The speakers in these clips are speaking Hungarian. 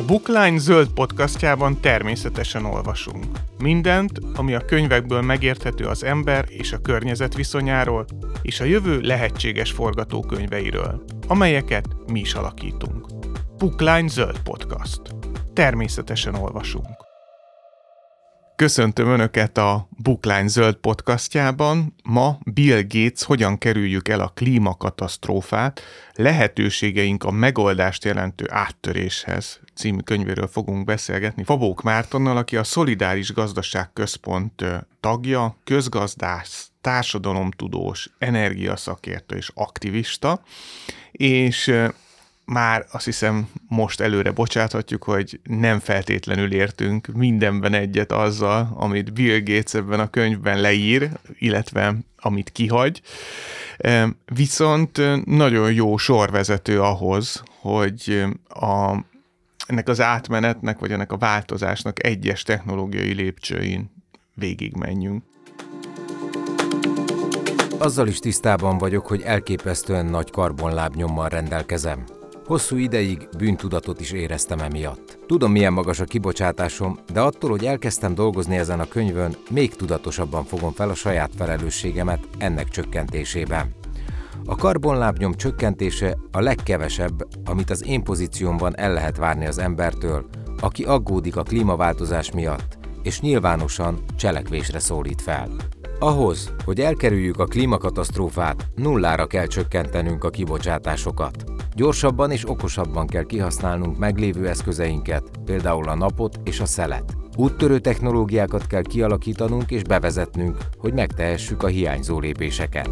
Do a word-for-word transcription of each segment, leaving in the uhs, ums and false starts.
Bookline zöld podcastjában természetesen olvasunk. Mindent, ami a könyvekből megérthető az ember és a környezet viszonyáról, és a jövő lehetséges forgatókönyveiről, amelyeket mi is alakítunk. Bookline zöld podcast. Természetesen olvasunk. Köszöntöm Önöket a Bookline zöld podcastjában. Ma Bill Gates Hogyan kerüljük el a klímakatasztrófát, lehetőségeink a megoldást jelentő áttöréshez című könyvéről fogunk beszélgetni Fabók Mártonnal, aki a Szolidáris Gazdaság Központ tagja, közgazdász, társadalomtudós, energiaszakértő és aktivista, és már azt hiszem most előre bocsáthatjuk, hogy nem feltétlenül értünk mindenben egyet azzal, amit Bill Gates ebben a könyvben leír, illetve amit kihagy. Viszont nagyon jó sorvezető ahhoz, hogy a, ennek az átmenetnek, vagy ennek a változásnak egyes technológiai lépcsőin végigmenjünk. Azzal is tisztában vagyok, hogy elképesztően nagy karbonlábnyommal rendelkezem. Hosszú ideig bűntudatot is éreztem emiatt. Tudom, milyen magas a kibocsátásom, de attól, hogy elkezdtem dolgozni ezen a könyvön, még tudatosabban fogom fel a saját felelősségemet ennek csökkentésében. A karbonlábnyom csökkentése a legkevesebb, amit az én pozíciómban el lehet várni az embertől, aki aggódik a klímaváltozás miatt, és nyilvánosan cselekvésre szólít fel. Ahhoz, hogy elkerüljük a klímakatasztrófát, nullára kell csökkentenünk a kibocsátásokat. Gyorsabban és okosabban kell kihasználnunk meglévő eszközeinket, például a napot és a szelet. Úttörő technológiákat kell kialakítanunk és bevezetnünk, hogy megtehessük a hiányzó lépéseket.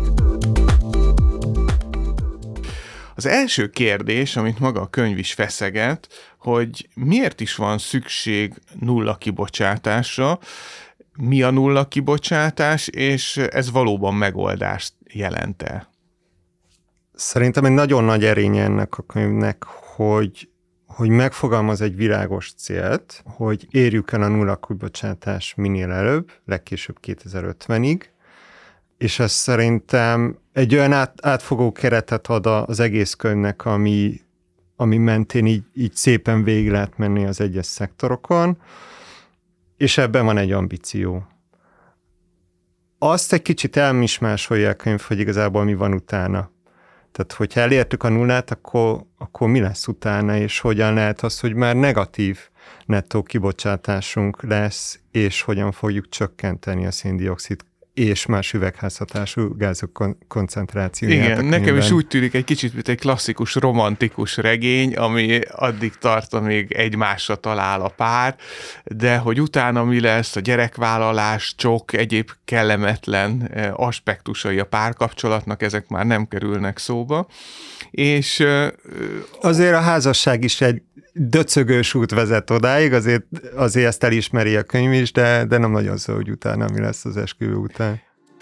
Az első kérdés, amit maga a könyv is feszeget, hogy miért is van szükség nulla kibocsátásra, mi a nulla kibocsátás, és ez valóban megoldást jelent-e? Szerintem egy nagyon nagy erénye ennek a könyvnek, hogy, hogy megfogalmaz egy világos célt, hogy érjük el a nulla kibocsátás minél előbb, legkésőbb kétezer-ötvenig, és ez szerintem egy olyan át, átfogó keretet ad az egész könyvnek, ami, ami mentén így, így szépen végig lehet menni az egyes szektorokon, és ebben van egy ambíció. Azt egy kicsit elmismásolja a könyv, hogy igazából mi van utána. Tehát, hogyha elértük a nullát, akkor, akkor mi lesz utána, és hogyan lehet az, hogy már negatív nettó kibocsátásunk lesz, és hogyan fogjuk csökkenteni a szén-dioxid és más üvegházhatású gázok kon- koncentrációját. Igen, nekem is úgy tűnik egy kicsit, mint egy klasszikus, romantikus regény, ami addig tart, amíg egymásra talál a pár, de hogy utána mi lesz, a gyerekvállalás, csok, egyéb kellemetlen aspektusai a párkapcsolatnak, ezek már nem kerülnek szóba. És azért a házasság is egy döcögős út vezet odáig, azért, azért ezt elismeri a könyv is, de, de nem nagyon szó, hogy utána mi lesz az esküvő után.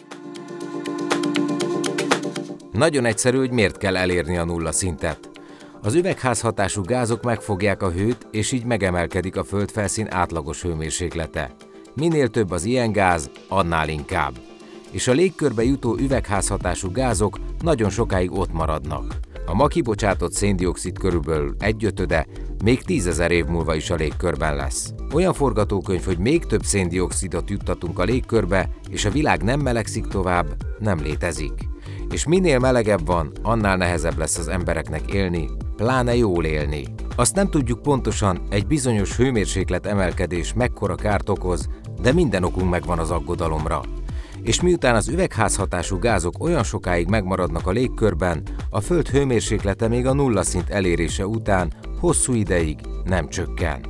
Nagyon egyszerű, hogy miért kell elérni a nulla szintet. Az üvegházhatású gázok megfogják a hőt, és így megemelkedik a földfelszín átlagos hőmérséklete. Minél több az ilyen gáz, annál inkább. És a légkörbe jutó üvegházhatású gázok nagyon sokáig ott maradnak. A ma kibocsátott szén-dioxid körülbelül egyötöde még tízezer év múlva is a légkörben lesz. Olyan forgatókönyv, hogy még több szén-dioxidot juttatunk a légkörbe, és a világ nem melegszik tovább, nem létezik. És minél melegebb van, annál nehezebb lesz az embereknek élni, pláne jól élni. Azt nem tudjuk pontosan, egy bizonyos hőmérséklet emelkedés mekkora kárt okoz, de minden okunk megvan az aggodalomra. És miután az üvegházhatású gázok olyan sokáig megmaradnak a légkörben, a Föld hőmérséklete még a nulla szint elérése után hosszú ideig nem csökken.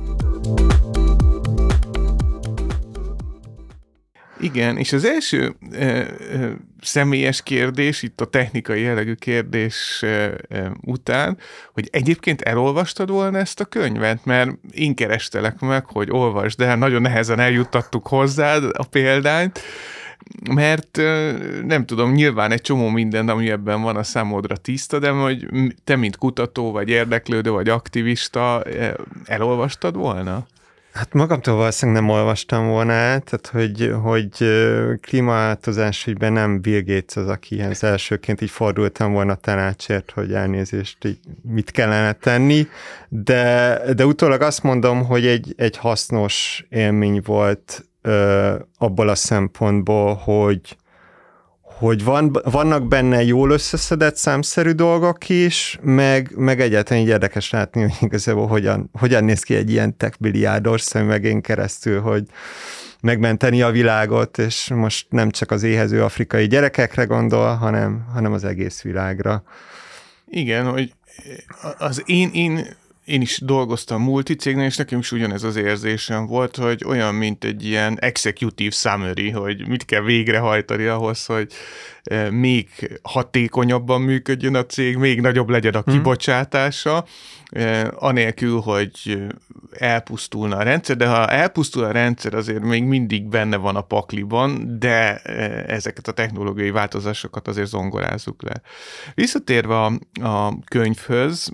Igen, és az első e, e, személyes kérdés, itt a technikai jellegű kérdés e, e, után, hogy egyébként elolvastad volna ezt a könyvet? Mert én kerestelek meg, hogy olvasd el, nagyon nehezen eljuttattuk hozzád a példányt, mert nem tudom, nyilván egy csomó minden, ami ebben van, a számodra tiszta, de hogy te, mint kutató, vagy érdeklődő, vagy aktivista, elolvastad volna? Hát magamtól valószínűleg nem olvastam volna át, tehát hogy, hogy klímaváltozás ügyben nem Bill Gates az, akihez elsőként így fordultam volna tanácsért, hogy elnézést, így mit kellene tenni, de, de utólag azt mondom, hogy egy, egy hasznos élmény volt ö, abból a szempontból, hogy hogy van, vannak benne jól összeszedett számszerű dolgok is, meg, meg egyáltalán így érdekes látni, hogy igazából hogyan, hogyan néz ki egy ilyen tech billiárdos szemüvegén keresztül, hogy megmenteni a világot, és most nem csak az éhező afrikai gyerekekre gondol, hanem, hanem az egész világra. Igen, hogy az én, én Én is dolgoztam multicégnél, és nekem is ugyanez az érzésem volt, hogy olyan, mint egy ilyen executive summary, hogy mit kell végrehajtani ahhoz, hogy még hatékonyabban működjön a cég, még nagyobb legyen a kibocsátása, anélkül, hogy elpusztulna a rendszer, de ha elpusztul a rendszer, azért még mindig benne van a pakliban, de ezeket a technológiai változásokat azért zongorázzuk le. Visszatérve a, a könyvhöz,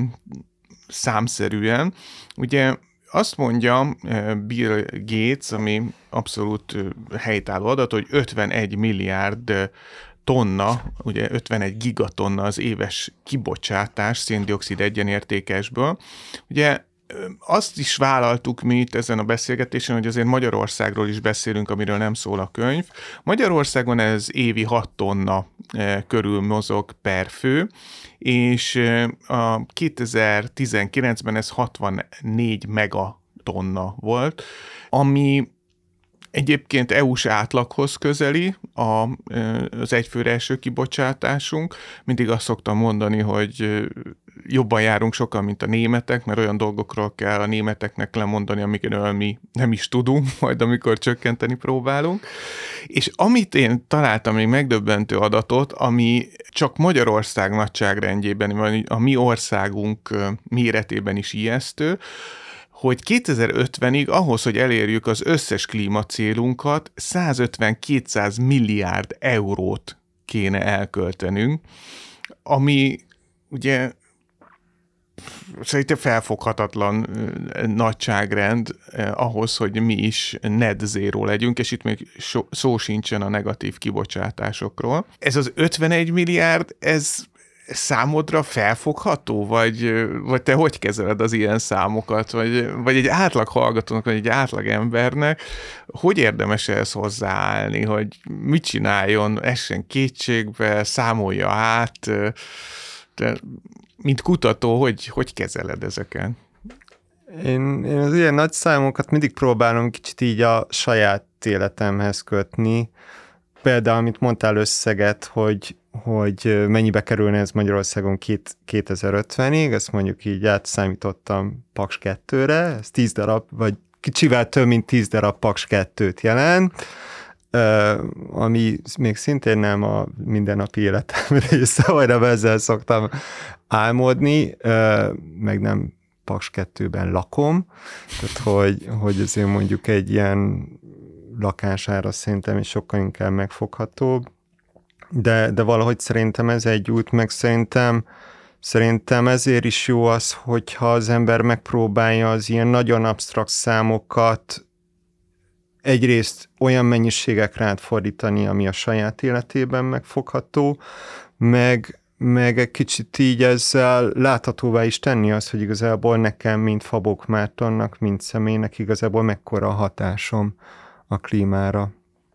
számszerűen, ugye azt mondja Bill Gates, ami abszolút helytálló adat, hogy ötvenegy milliárd tonna, ugye ötvenegy gigatonna az éves kibocsátás szén-dioxid egyenértékesből. Ugye azt is vállaltuk mi itt ezen a beszélgetésen, hogy azért Magyarországról is beszélünk, amiről nem szól a könyv. Magyarországon ez évi hat tonna körül mozog per fő, és a kétezer-tizenkilencben ez hatvannégy megatonna volt, ami egyébként é u-s átlaghoz közeli a, az egyfőre eső kibocsátásunk. Mindig azt szoktam mondani, hogy jobban járunk sokan, mint a németek, mert olyan dolgokról kell a németeknek lemondani, amikről mi nem is tudunk, majd amikor csökkenteni próbálunk. És amit én találtam még megdöbbentő adatot, ami csak Magyarország nagyságrendjében, vagy a mi országunk méretében is ijesztő, hogy kétezer-ötvenig ahhoz, hogy elérjük az összes klímacélunkat, százötven-kétszáz milliárd eurót kéne elköltenünk, ami ugye szerintem felfoghatatlan nagyságrend eh, ahhoz, hogy mi is net zero legyünk, és itt még so, szó sincsen a negatív kibocsátásokról. Ez az ötvenegy milliárd, ez számodra felfogható, vagy, vagy te hogy kezeled az ilyen számokat, vagy, vagy egy átlag hallgatónak, vagy egy átlag embernek, hogy érdemes ehhez hozzáállni, hogy mit csináljon, essen kétségbe, számolja át, de mint kutató, hogy, hogy kezeled ezeket? Én, én az ilyen nagy számokat mindig próbálom kicsit így a saját életemhez kötni. Például, amit mondtál összeget, hogy, hogy mennyibe kerülne ez Magyarországon két, kétezer-ötvenig, ezt mondjuk így átszámítottam Paks kettőre, ez tíz darab, vagy kicsivel több, mint tíz darab Paks kettőt jelent, Uh, ami még szintén nem a mindennapi életem része, vagy nem ezzel szoktam álmodni, uh, meg nem Paks kettőben lakom, tehát hogy, hogy azért mondjuk egy ilyen lakására szerintem is sokkal inkább megfoghatóbb, de, de valahogy szerintem ez egy út, meg szerintem Szerintem ezért is jó az, hogyha az ember megpróbálja az ilyen nagyon absztrakt számokat egyrészt olyan mennyiségekre átfordítani, ami a saját életében megfogható, meg, meg egy kicsit így ezzel láthatóvá is tenni az, hogy igazából nekem, mint Fabok Mártonnak, mint személynek igazából mekkora a hatásom a klímára.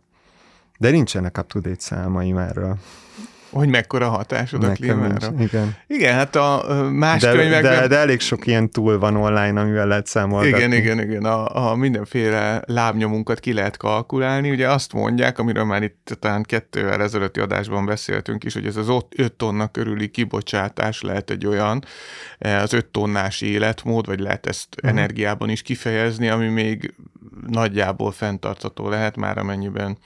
De nincsenek up-to-date számaim erről. Hogy mekkora hatásod a klímára? Nincs, igen. Igen, hát a más de, könyvekben... De, de elég sok ilyen tool van online, amivel lehet számolgatni. Igen, igen, igen. A, a mindenféle lábnyomunkat ki lehet kalkulálni. Ugye azt mondják, amiről már itt talán kettővel ezelőtti adásban beszéltünk is, hogy ez az öt tonna körüli kibocsátás lehet egy olyan, az öt tonnás életmód, vagy lehet ezt uh-huh. energiában is kifejezni, ami még nagyjából fenntartható lehet már, amennyiben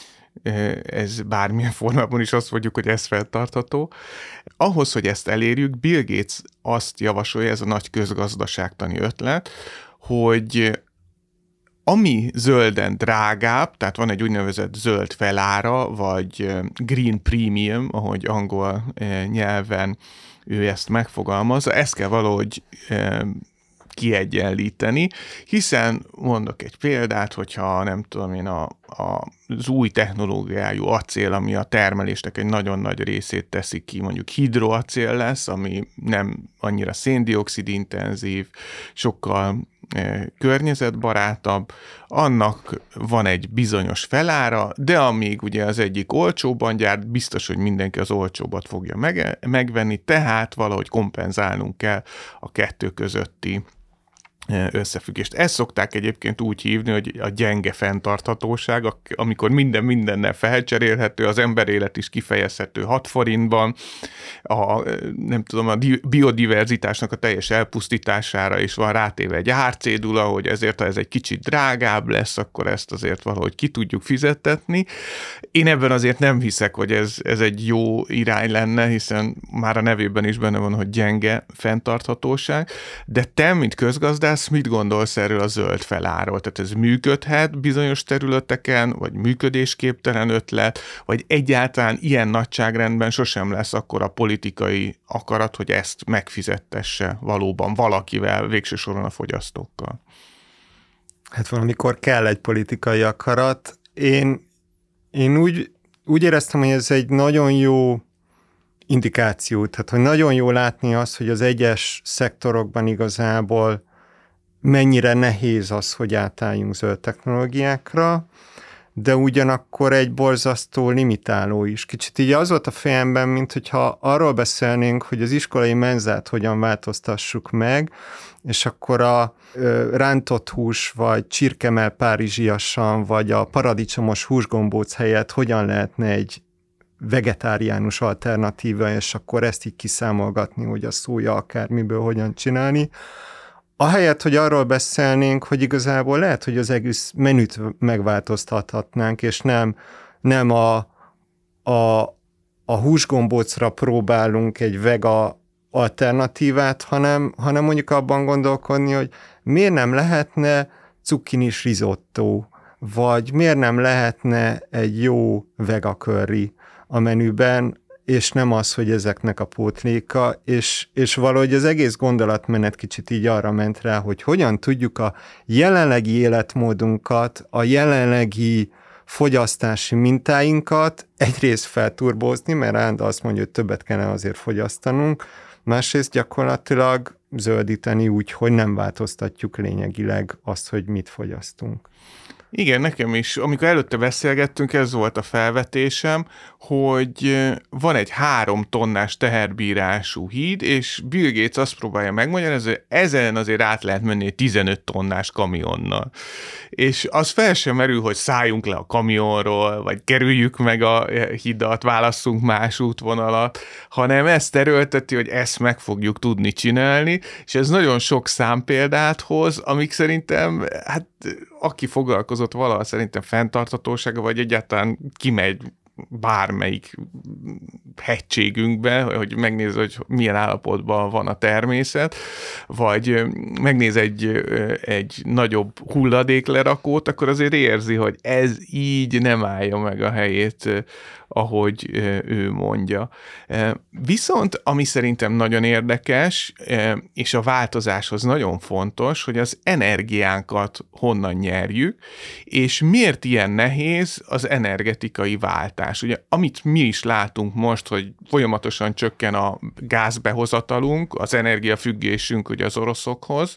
ez bármilyen formában is azt mondjuk, hogy ez fenntartható. Ahhoz, hogy ezt elérjük, Bill Gates azt javasolja, ez a nagy közgazdaságtani ötlet, hogy ami zölden drágább, tehát van egy úgynevezett zöld felára, vagy green premium, ahogy angol nyelven ő ezt megfogalmazza, ezt kell valahogy kiegyenlíteni, hiszen mondok egy példát, hogyha nem tudom én a, a, az új technológiájú acél, ami a termelésnek egy nagyon nagy részét teszi ki, mondjuk hidroacél lesz, ami nem annyira széndioxid intenzív, sokkal e, környezetbarátabb, annak van egy bizonyos felára, de amíg ugye az egyik olcsóbban gyárt, biztos, hogy mindenki az olcsóbbat fogja meg, megvenni, tehát valahogy kompenzálnunk kell a kettő közötti összefüggést. Ezt szokták egyébként úgy hívni, hogy a gyenge fenntarthatóság, amikor minden mindennel felcserélhető, az emberélet is kifejezhető hat forintban, a, nem tudom, a biodiverzitásnak a teljes elpusztítására is van rátéve egy árcédula, hogy ezért, ha ez egy kicsit drágább lesz, akkor ezt azért valahogy ki tudjuk fizettetni. Én ebben azért nem hiszek, hogy ez, ez egy jó irány lenne, hiszen már a nevében is benne van, hogy gyenge fenntarthatóság, de te, mint közgazdász, mit gondolsz erről a zöld feláról? Tehát ez működhet bizonyos területeken, vagy működésképtelen ötlet, vagy egyáltalán ilyen nagyságrendben sosem lesz akkor a politikai akarat, hogy ezt megfizettesse valóban valakivel, végső soron a fogyasztókkal? Hát valamikor kell egy politikai akarat. Én, én úgy, úgy éreztem, hogy ez egy nagyon jó indikáció, tehát hogy nagyon jó látni azt, hogy az egyes szektorokban igazából mennyire nehéz az, hogy átálljunk zöld technológiákra, de ugyanakkor egy borzasztó limitáló is. Kicsit így az volt a fejemben, mint hogyha arról beszélnénk, hogy az iskolai menzát hogyan változtassuk meg, és akkor a ö, rántott hús, vagy csirkemell párizsiasan, vagy a paradicsomos húsgombóc helyett hogyan lehetne egy vegetáriánus alternatíva, és akkor ezt így kiszámolgatni, hogy a szója akármiből hogyan csinálni. Ahelyett, hogy arról beszélnénk, hogy igazából lehet, hogy az egész menüt megváltoztathatnánk, és nem, nem a, a, a húsgombócra próbálunk egy vega alternatívát, hanem, hanem mondjuk abban gondolkodni, hogy miért nem lehetne cukkinis risotto, vagy miért nem lehetne egy jó vega curry a menüben, és nem az, hogy ezeknek a pótléka, és, és valahogy az egész gondolatmenet kicsit így arra ment rá, hogy hogyan tudjuk a jelenlegi életmódunkat, a jelenlegi fogyasztási mintáinkat egyrészt felturbózni, mert Ánd azt mondja, hogy többet kellene azért fogyasztanunk, másrészt gyakorlatilag zöldíteni úgy, hogy nem változtatjuk lényegileg azt, hogy mit fogyasztunk. Igen, nekem is. Amikor előtte beszélgettünk, ez volt a felvetésem, hogy van egy három tonnás teherbírású híd, és Bill Gates azt próbálja megmagyarázni, hogy ezen azért át lehet menni egy tizenöt tonnás kamionnal. És az fel sem merül, hogy szálljunk le a kamionról, vagy kerüljük meg a hidat, válasszunk más útvonalat, hanem ezt erőlteti, hogy ezt meg fogjuk tudni csinálni, és ez nagyon sok számpéldát hoz, amik szerintem, hát aki foglalkozott valaha szerintem fenntarthatósága, vagy egyáltalán kimegy bármelyik hegységünkbe, hogy megnéz, hogy milyen állapotban van a természet, vagy megnéz egy, egy nagyobb hulladéklerakót, akkor azért érzi, hogy ez így nem állja meg a helyét, ahogy ő mondja. Viszont, ami szerintem nagyon érdekes, és a változáshoz nagyon fontos, hogy az energiánkat honnan nyerjük, és miért ilyen nehéz az energetikai váltás. Ugye, amit mi is látunk most, hogy folyamatosan csökken a gázbehozatalunk, az energiafüggésünk ugye az oroszokhoz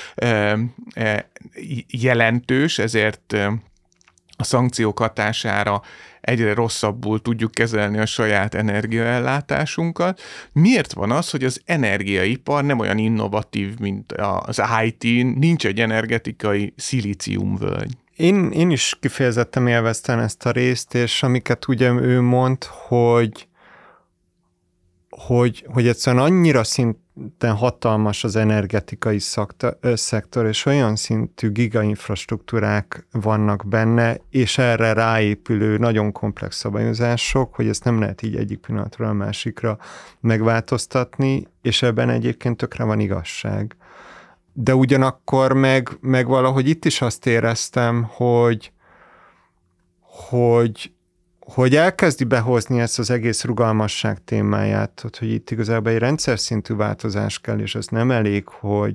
jelentős, ezért a szankciók hatására egyre rosszabbul tudjuk kezelni a saját energiaellátásunkat. Miért van az, hogy az energiaipar nem olyan innovatív, mint az i té, nincs egy energetikai szilíciumvölgy? Én, én is kifejezetten élveztem ezt a részt, és amiket ugye ő mond, hogy, hogy, hogy egyszerűen annyira szinten hatalmas az energetikai szakta, szektor, és olyan szintű gigainfrastruktúrák vannak benne, és erre ráépülő nagyon komplex szabályozások, hogy ezt nem lehet így egyik pillanatról a másikra megváltoztatni, és ebben egyébként tökre van igazság. De ugyanakkor meg, meg valahogy itt is azt éreztem, hogy, hogy, hogy elkezdi behozni ezt az egész rugalmasság témáját, hogy itt igazából egy rendszer szintű változás kell, és ez nem elég, hogy,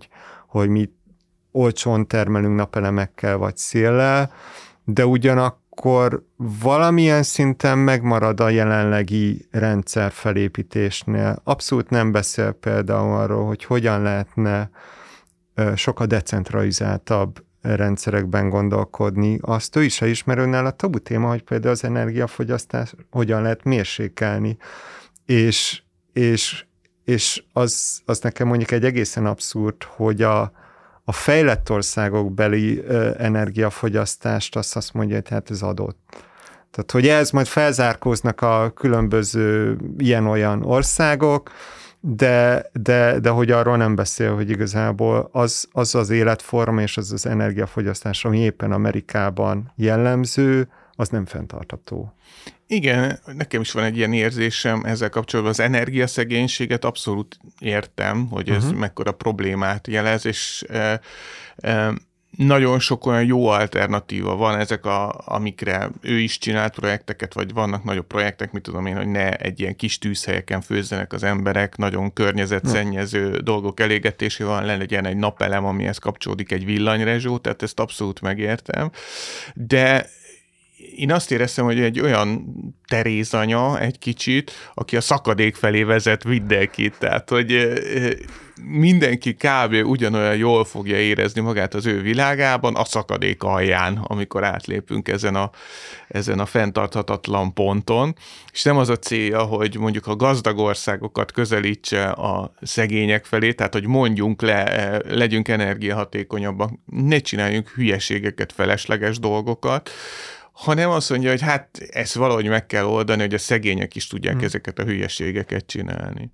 hogy mi olcsón termelünk napelemekkel vagy széllel, de ugyanakkor valamilyen szinten megmarad a jelenlegi rendszer felépítésnél. Abszolút nem beszél például arról, hogy hogyan lehetne sokkal decentralizáltabb rendszerekben gondolkodni. Azt ő is elismerőnál a tabu téma, hogy például az energiafogyasztás hogyan lehet mérsékelni, és, és, és az, az nekem mondjuk egy egészen abszurd, hogy a, a fejlett országok beli ö, energiafogyasztást azt azt mondja, hogy hát ez adott. Tehát, hogy ez majd felzárkóznak a különböző ilyen-olyan országok, de, de, de hogy arról nem beszél, hogy igazából az az, az életforma és az az energiafogyasztás, ami éppen Amerikában jellemző, az nem fenntartható. Igen, nekem is van egy ilyen érzésem ezzel kapcsolatban. Az energiaszegénységet abszolút értem, hogy ez uh-huh. mekkora problémát jelez, és e, e, nagyon sok olyan jó alternatíva van, ezek, a, amikre ő is csinált projekteket, vagy vannak nagyobb projektek, mit tudom én, hogy ne egy ilyen kis tűzhelyeken főzzenek az emberek, nagyon környezetszennyező no. dolgok elégetésével, legyen egy napelem, amihez kapcsolódik egy villanyrezsó, tehát ezt abszolút megértem. De én azt éreztem, hogy egy olyan Terézanya egy kicsit, aki a szakadék felé vezet mindenkit, tehát hogy mindenki kb. Ugyanolyan jól fogja érezni magát az ő világában a szakadék alján, amikor átlépünk ezen a, ezen a fenntarthatatlan ponton, és nem az a célja, hogy mondjuk a gazdag országokat közelítse a szegények felé, tehát hogy mondjunk le, legyünk energiahatékonyabbak, ne csináljunk hülyeségeket, felesleges dolgokat, hanem azt mondja, hogy hát ezt valahogy meg kell oldani, hogy a szegények is tudják hmm. ezeket a hülyeségeket csinálni.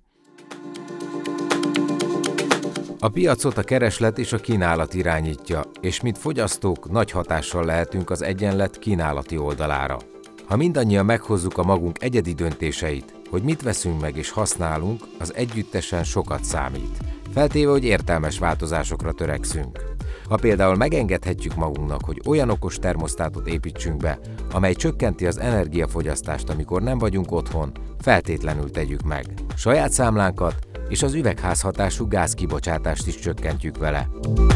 A piacot a kereslet és a kínálat irányítja, és mint fogyasztók nagy hatással lehetünk az egyenlet kínálati oldalára. Ha mindannyian meghozzuk a magunk egyedi döntéseit, hogy mit veszünk meg és használunk, az együttesen sokat számít. Feltéve, hogy értelmes változásokra törekszünk. Ha például megengedhetjük magunknak, hogy olyan okos termosztátot építsünk be, amely csökkenti az energiafogyasztást, amikor nem vagyunk otthon, feltétlenül tegyük meg. Saját számlánkat és az üvegházhatású gázkibocsátást is csökkentjük vele.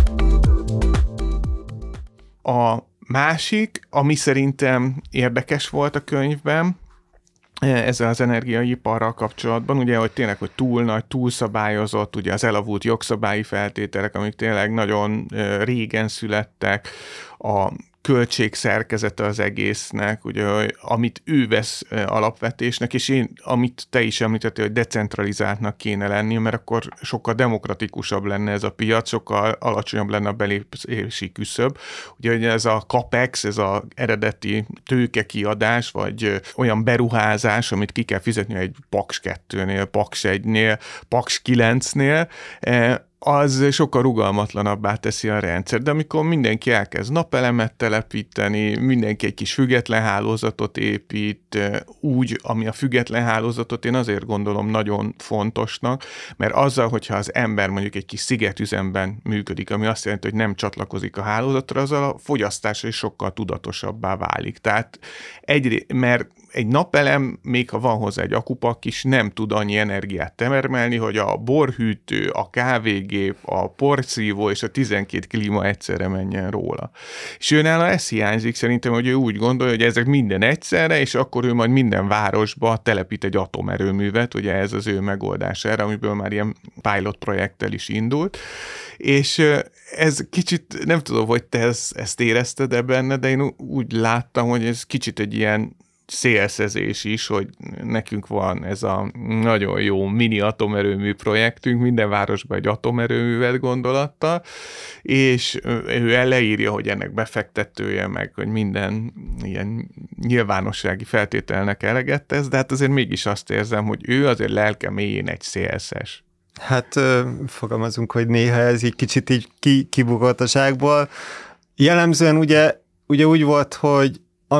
A másik, ami szerintem érdekes volt a könyvben, ezzel az energiaiparral kapcsolatban, ugye, hogy tényleg, hogy túl nagy, túl szabályozott, ugye az elavult jogszabályi feltételek, amik tényleg nagyon régen születtek, a költségszerkezete az egésznek, ugye, amit ő vesz alapvetésnek, és én, amit te is említettél, hogy decentralizáltnak kéne lenni, mert akkor sokkal demokratikusabb lenne ez a piac, sokkal alacsonyabb lenne a belépési küszöb. Ugye ez a capex, ez az eredeti tőkekiadás, vagy olyan beruházás, amit ki kell fizetni egy Paks kettőnél, Paks egynél, Paks kilencnél, az sokkal rugalmatlanabbá teszi a rendszer. De amikor mindenki elkezd napelemet telepíteni, mindenki egy kis független hálózatot épít, úgy, ami a független hálózatot én azért gondolom nagyon fontosnak, mert azzal, hogyha az ember mondjuk egy kis szigetüzemben működik, ami azt jelenti, hogy nem csatlakozik a hálózatra, azzal a fogyasztása is sokkal tudatosabbá válik. Tehát egy, mert egy napelem, még ha van hozzá egy akupak is, nem tud annyi energiát termelni, hogy a borhűtő, a kávégép, a porszívó és a tizenkét klíma egyszerre menjen róla. És őnála ez hiányzik szerintem, hogy ő úgy gondolja, hogy ezek minden egyszerre, és akkor ő majd minden városba telepít egy atomerőművet, ugye ez az ő megoldására, amiből már ilyen pilot projekttel is indult. És ez kicsit, nem tudom, hogy te ezt, ezt érezted-e benne, de én úgy láttam, hogy ez kicsit egy ilyen szélszezés is, hogy nekünk van ez a nagyon jó mini atomerőmű projektünk, minden városban egy atomerőművet gondolattal, és ő leírja, hogy ennek befektetője, meg hogy minden ilyen nyilvánossági feltételnek eleget tesz, de hát azért mégis azt érzem, hogy ő azért lelke mélyén egy szélszes. Hát fogalmazunk, hogy néha ez így kicsit így ki, kibukott a zsákból. Jellemzően ugye, ugye úgy volt, hogy amik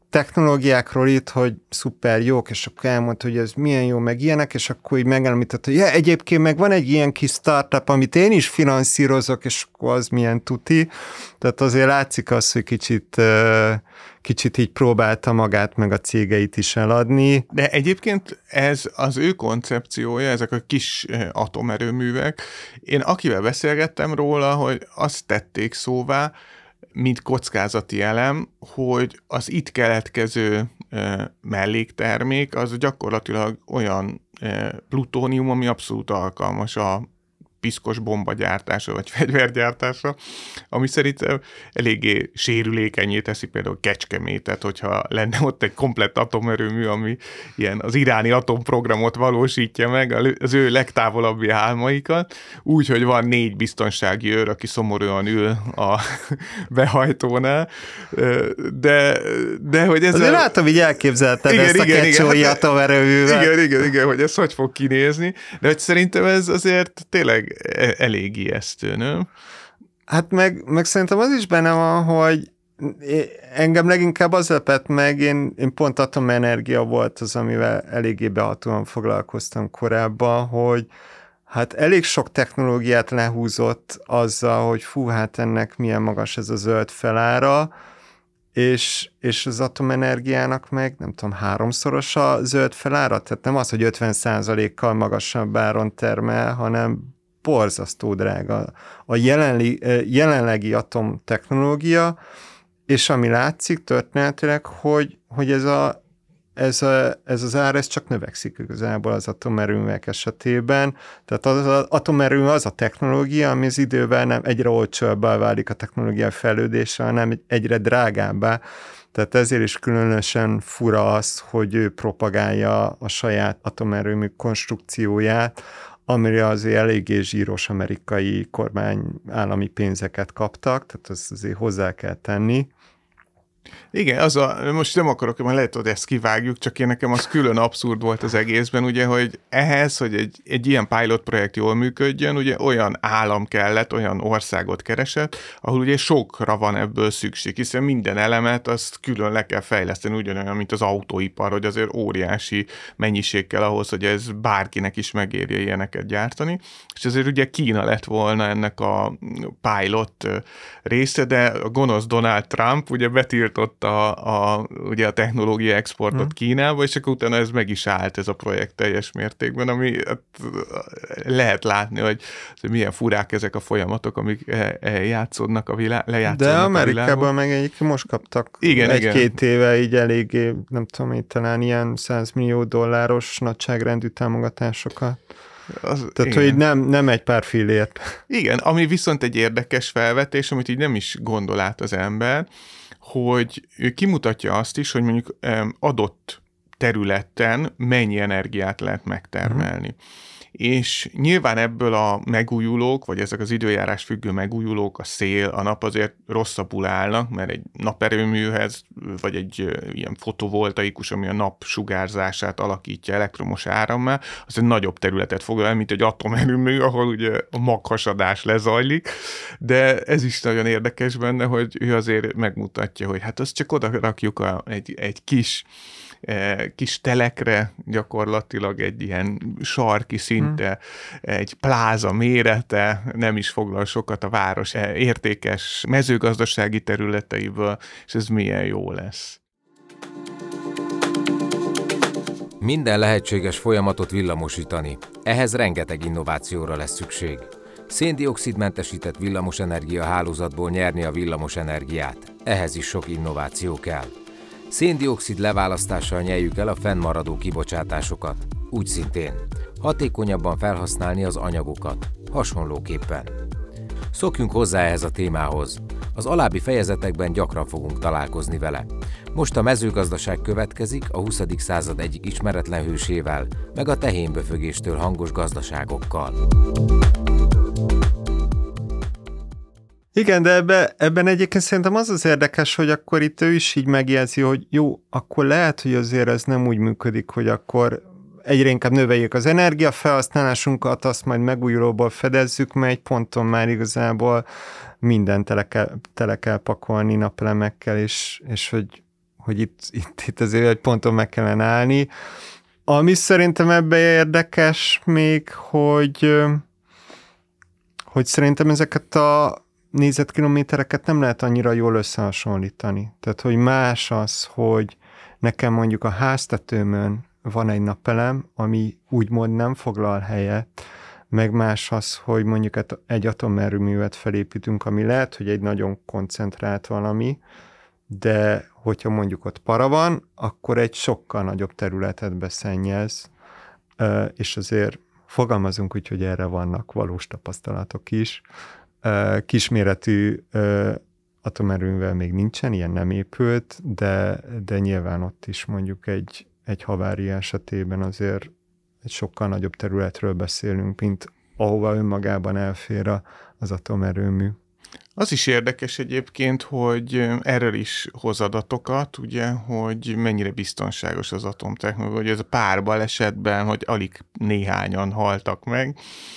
technológiákról itt, hogy szuper jók, és akkor elmondta, hogy ez milyen jó, meg ilyenek, és akkor így megemlített, hogy ja, egyébként meg van egy ilyen kis startup, amit én is finanszírozok, és akkor az milyen tuti. Tehát azért látszik az, hogy kicsit, kicsit így próbálta magát, meg a cégeit is eladni. De egyébként ez az ő koncepciója, ezek a kis atomerőművek. Én akivel beszélgettem róla, hogy azt tették szóvá, mint kockázati elem, hogy az itt keletkező e, melléktermék az gyakorlatilag olyan e, plutónium, ami abszolút alkalmas a piszkos bombagyártásra, vagy fegyvergyártásra, ami szerintem eléggé sérülékenyé teszi például Kecskemétet, hogyha lenne ott egy komplett atomerőmű, ami ilyen az iráni atomprogramot valósítja meg, az ő legtávolabbi álmaikat, úgy, hogy van négy biztonsági őr, aki szomorúan ül a behajtónál, de, de hogy ez... Azért a... látom, így elképzelted igen, ezt igen, a kecsói atomerőművel. Igen, igen, igen, hogy ez hogy fog kinézni, de hogy szerintem ez azért tényleg elég ijesztő, nem? Hát meg, meg szerintem az is benne van, hogy engem leginkább az lepett meg, én, én pont atomenergia volt az, amivel eléggé behatóan foglalkoztam korábban, hogy hát elég sok technológiát lehúzott azzal, hogy fú, hát ennek milyen magas ez a zöld felára, és, és az atomenergiának meg, nem tudom, háromszoros a zöld felára, tehát nem az, hogy ötven százalékkal magasabb áron termel, hanem borzasztó drága. A jelenli, jelenlegi atomtechnológia, és ami látszik történetileg, hogy, hogy ez, a, ez, a, ez az ár ez csak növekszik igazából az atomerőművek esetében. Tehát az, az atomerőmű az a technológia, ami az idővel nem egyre olcsóbbá válik a technológia fejlődése, hanem egyre drágábbá. Tehát ezért is különösen fura az, hogy ő propagálja a saját atomerőmű konstrukcióját, amire azért eléggé zsíros amerikai kormány állami pénzeket kaptak, tehát azt azért hozzá kell tenni. Igen, az a, most nem akarok, mert lehet, hogy ezt kivágjuk, csak én nekem az külön abszurd volt az egészben, ugye, hogy ehhez, hogy egy, egy ilyen pilot projekt jól működjön, ugye olyan állam kellett, olyan országot keresett, ahol ugye sokra van ebből szükség, hiszen minden elemet azt külön le kell fejleszteni, ugyanolyan, mint az autóipar, hogy azért óriási mennyiség kell ahhoz, hogy ez bárkinek is megérje ilyeneket gyártani, és azért ugye Kína lett volna ennek a pilot része, de a gonosz Donald Trump ugye betiltott A, a, ugye a technológia exportot hmm. Kínába, és akkor utána ez meg is állt ez a projekt teljes mértékben, ami hát, lehet látni, hogy, hogy milyen furák ezek a folyamatok, amik játszódnak a világ, lejátszódnak de a Amerikában meg egyébként most kaptak igen, egy-két igen. éve így eléggé, nem tudom, így talán ilyen száz millió dolláros nagyságrendű támogatásokat. Az, Tehát, igen. hogy nem, nem egy pár fillért. Igen, ami viszont egy érdekes felvetés, amit így nem is gondol át az ember, hogy ő kimutatja azt is, hogy mondjuk adott területen mennyi energiát lehet megtermelni. Uh-huh. És nyilván ebből a megújulók, vagy ezek az időjárás függő megújulók, a szél, a nap azért rosszabbul állnak, mert egy naperőműhez, vagy egy ilyen fotovoltaikus, ami a nap sugárzását alakítja elektromos árammá, az egy nagyobb területet foglal el, mint egy atomerőmű, ahol ugye a maghasadás lezajlik, de ez is nagyon érdekes benne, hogy ő azért megmutatja, hogy hát azt csak oda rakjuk a, egy, egy kis kis telekre, gyakorlatilag egy ilyen sarki szinte, hmm. egy pláza mérete, nem is foglal sokat a város értékes mezőgazdasági területeiből, és ez milyen jó lesz. Minden lehetséges folyamatot villamosítani. Ehhez rengeteg innovációra lesz szükség. Széndioxidmentesített villamosenergia hálózatból nyerni a villamosenergiát. Ehhez is sok innováció kell. Széndioxid leválasztással nyeljük el a fennmaradó kibocsátásokat. Úgy szintén hatékonyabban felhasználni az anyagokat. Hasonlóképpen. Szokjunk hozzá ehhez a témához. Az alábbi fejezetekben gyakran fogunk találkozni vele. Most a mezőgazdaság következik a huszadik század egyik ismeretlen hősével, meg a tehénböfögéstől hangos gazdaságokkal. Igen, de ebbe, ebben egyébként szerintem az az érdekes, hogy akkor itt ő is így megjegyzi, hogy jó, akkor lehet, hogy azért ez nem úgy működik, hogy akkor egyre inkább növeljük az energiafelhasználásunkat, azt majd megújulóból fedezzük, mert egy ponton már igazából mindent tele kell, tele kell pakolni napelemekkel, és, és hogy, hogy itt, itt, itt azért egy ponton meg kellene állni. Ami szerintem ebben érdekes még, hogy, hogy szerintem ezeket a négyzetkilométereket nem lehet annyira jól összehasonlítani. Tehát, hogy más az, hogy nekem mondjuk a háztetőmön van egy napelem, ami úgymond nem foglal helyet, meg más az, hogy mondjuk egy atomerőművet felépítünk, ami lehet, hogy egy nagyon koncentrált valami, de hogyha mondjuk ott para van, akkor egy sokkal nagyobb területet beszennyez, és azért fogalmazunk úgy, hogy erre vannak valós tapasztalatok is. Kisméretű atomerőművel még nincsen, ilyen nem épült, de, de nyilván ott is mondjuk egy, egy havária esetében azért egy sokkal nagyobb területről beszélünk, mint ahova önmagában elfér az atomerőmű. Az is érdekes egyébként, hogy erről is hoz adatokat, ugye, hogy mennyire biztonságos az atomtechnológia, hogy ez a pár balesetben, hogy alig néhányan haltak meg,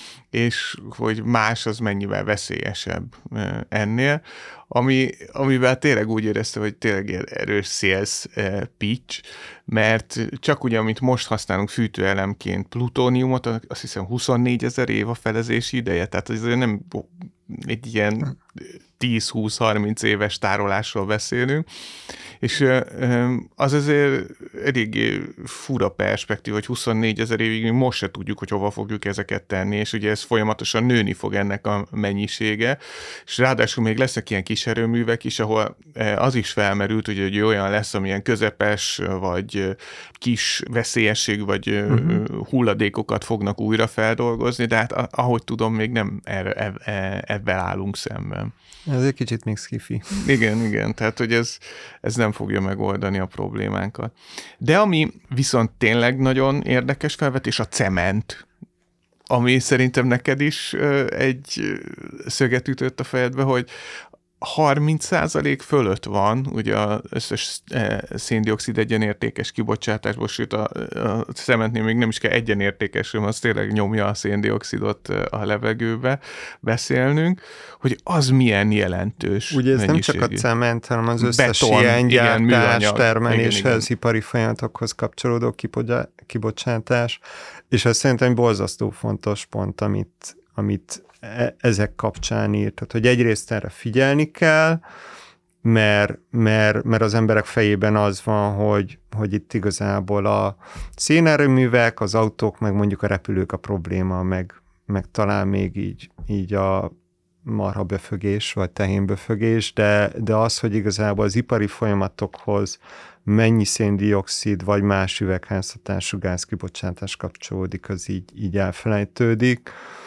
és hogy más az mennyivel veszélyesebb ennél, ami, amivel tényleg úgy éreztem, hogy tényleg erős sales pitch, mert csak ugye, amit most használunk fűtőelemként plutóniumot, azt hiszem huszonnégy ezer év a felezési ideje, tehát ez nem egy ilyen tíz-húsz-harminc éves tárolásról beszélünk, és az azért eléggé fura perspektív, hogy huszonnégy ezer évig mi most se tudjuk, hogy hova fogjuk ezeket tenni, és ugye ez folyamatosan nőni fog ennek a mennyisége, és ráadásul még lesznek ilyen kis erőművek is, ahol az is felmerült, ugye, hogy olyan lesz, amilyen közepes, vagy kis veszélyesség, vagy uh-huh. hulladékokat fognak újra feldolgozni, de hát ahogy tudom, még nem erre, ebben állunk szemben. Ez egy kicsit még skifi. Igen, igen, tehát hogy ez, ez nem fogja megoldani a problémánkat. De ami viszont tényleg nagyon érdekes felvetés, a cement, ami szerintem neked is egy szöget ütött a fejedbe, hogy harminc százalék fölött van, ugye az összes széndioxid egyenértékes kibocsátásból, sőt a, a cementnél még nem is kell egyenértékes, az tényleg nyomja a széndioxidot a levegőbe beszélnünk, hogy az milyen jelentős ugye ez mennyiségű. Nem csak a cement, hanem az összes Beton, ilyen igen, gyártás, termeléshez, igen, igen. ipari folyamatokhoz kapcsolódó kibocsátás, és ez szerintem borzasztó fontos pont, amit, amit ezek kapcsán írt. Tehát, hogy egyrészt erre figyelni kell, mert, mert, mert az emberek fejében az van, hogy, hogy itt igazából a szénerőművek, az autók, meg mondjuk a repülők a probléma, meg, meg talán még így, így a marhaböfögés, vagy tehénböfögés, de, de az, hogy igazából az ipari folyamatokhoz mennyi széndioxid, vagy más üvegházhatású gázkibocsátás kapcsolódik, az így, így elfelejtődik.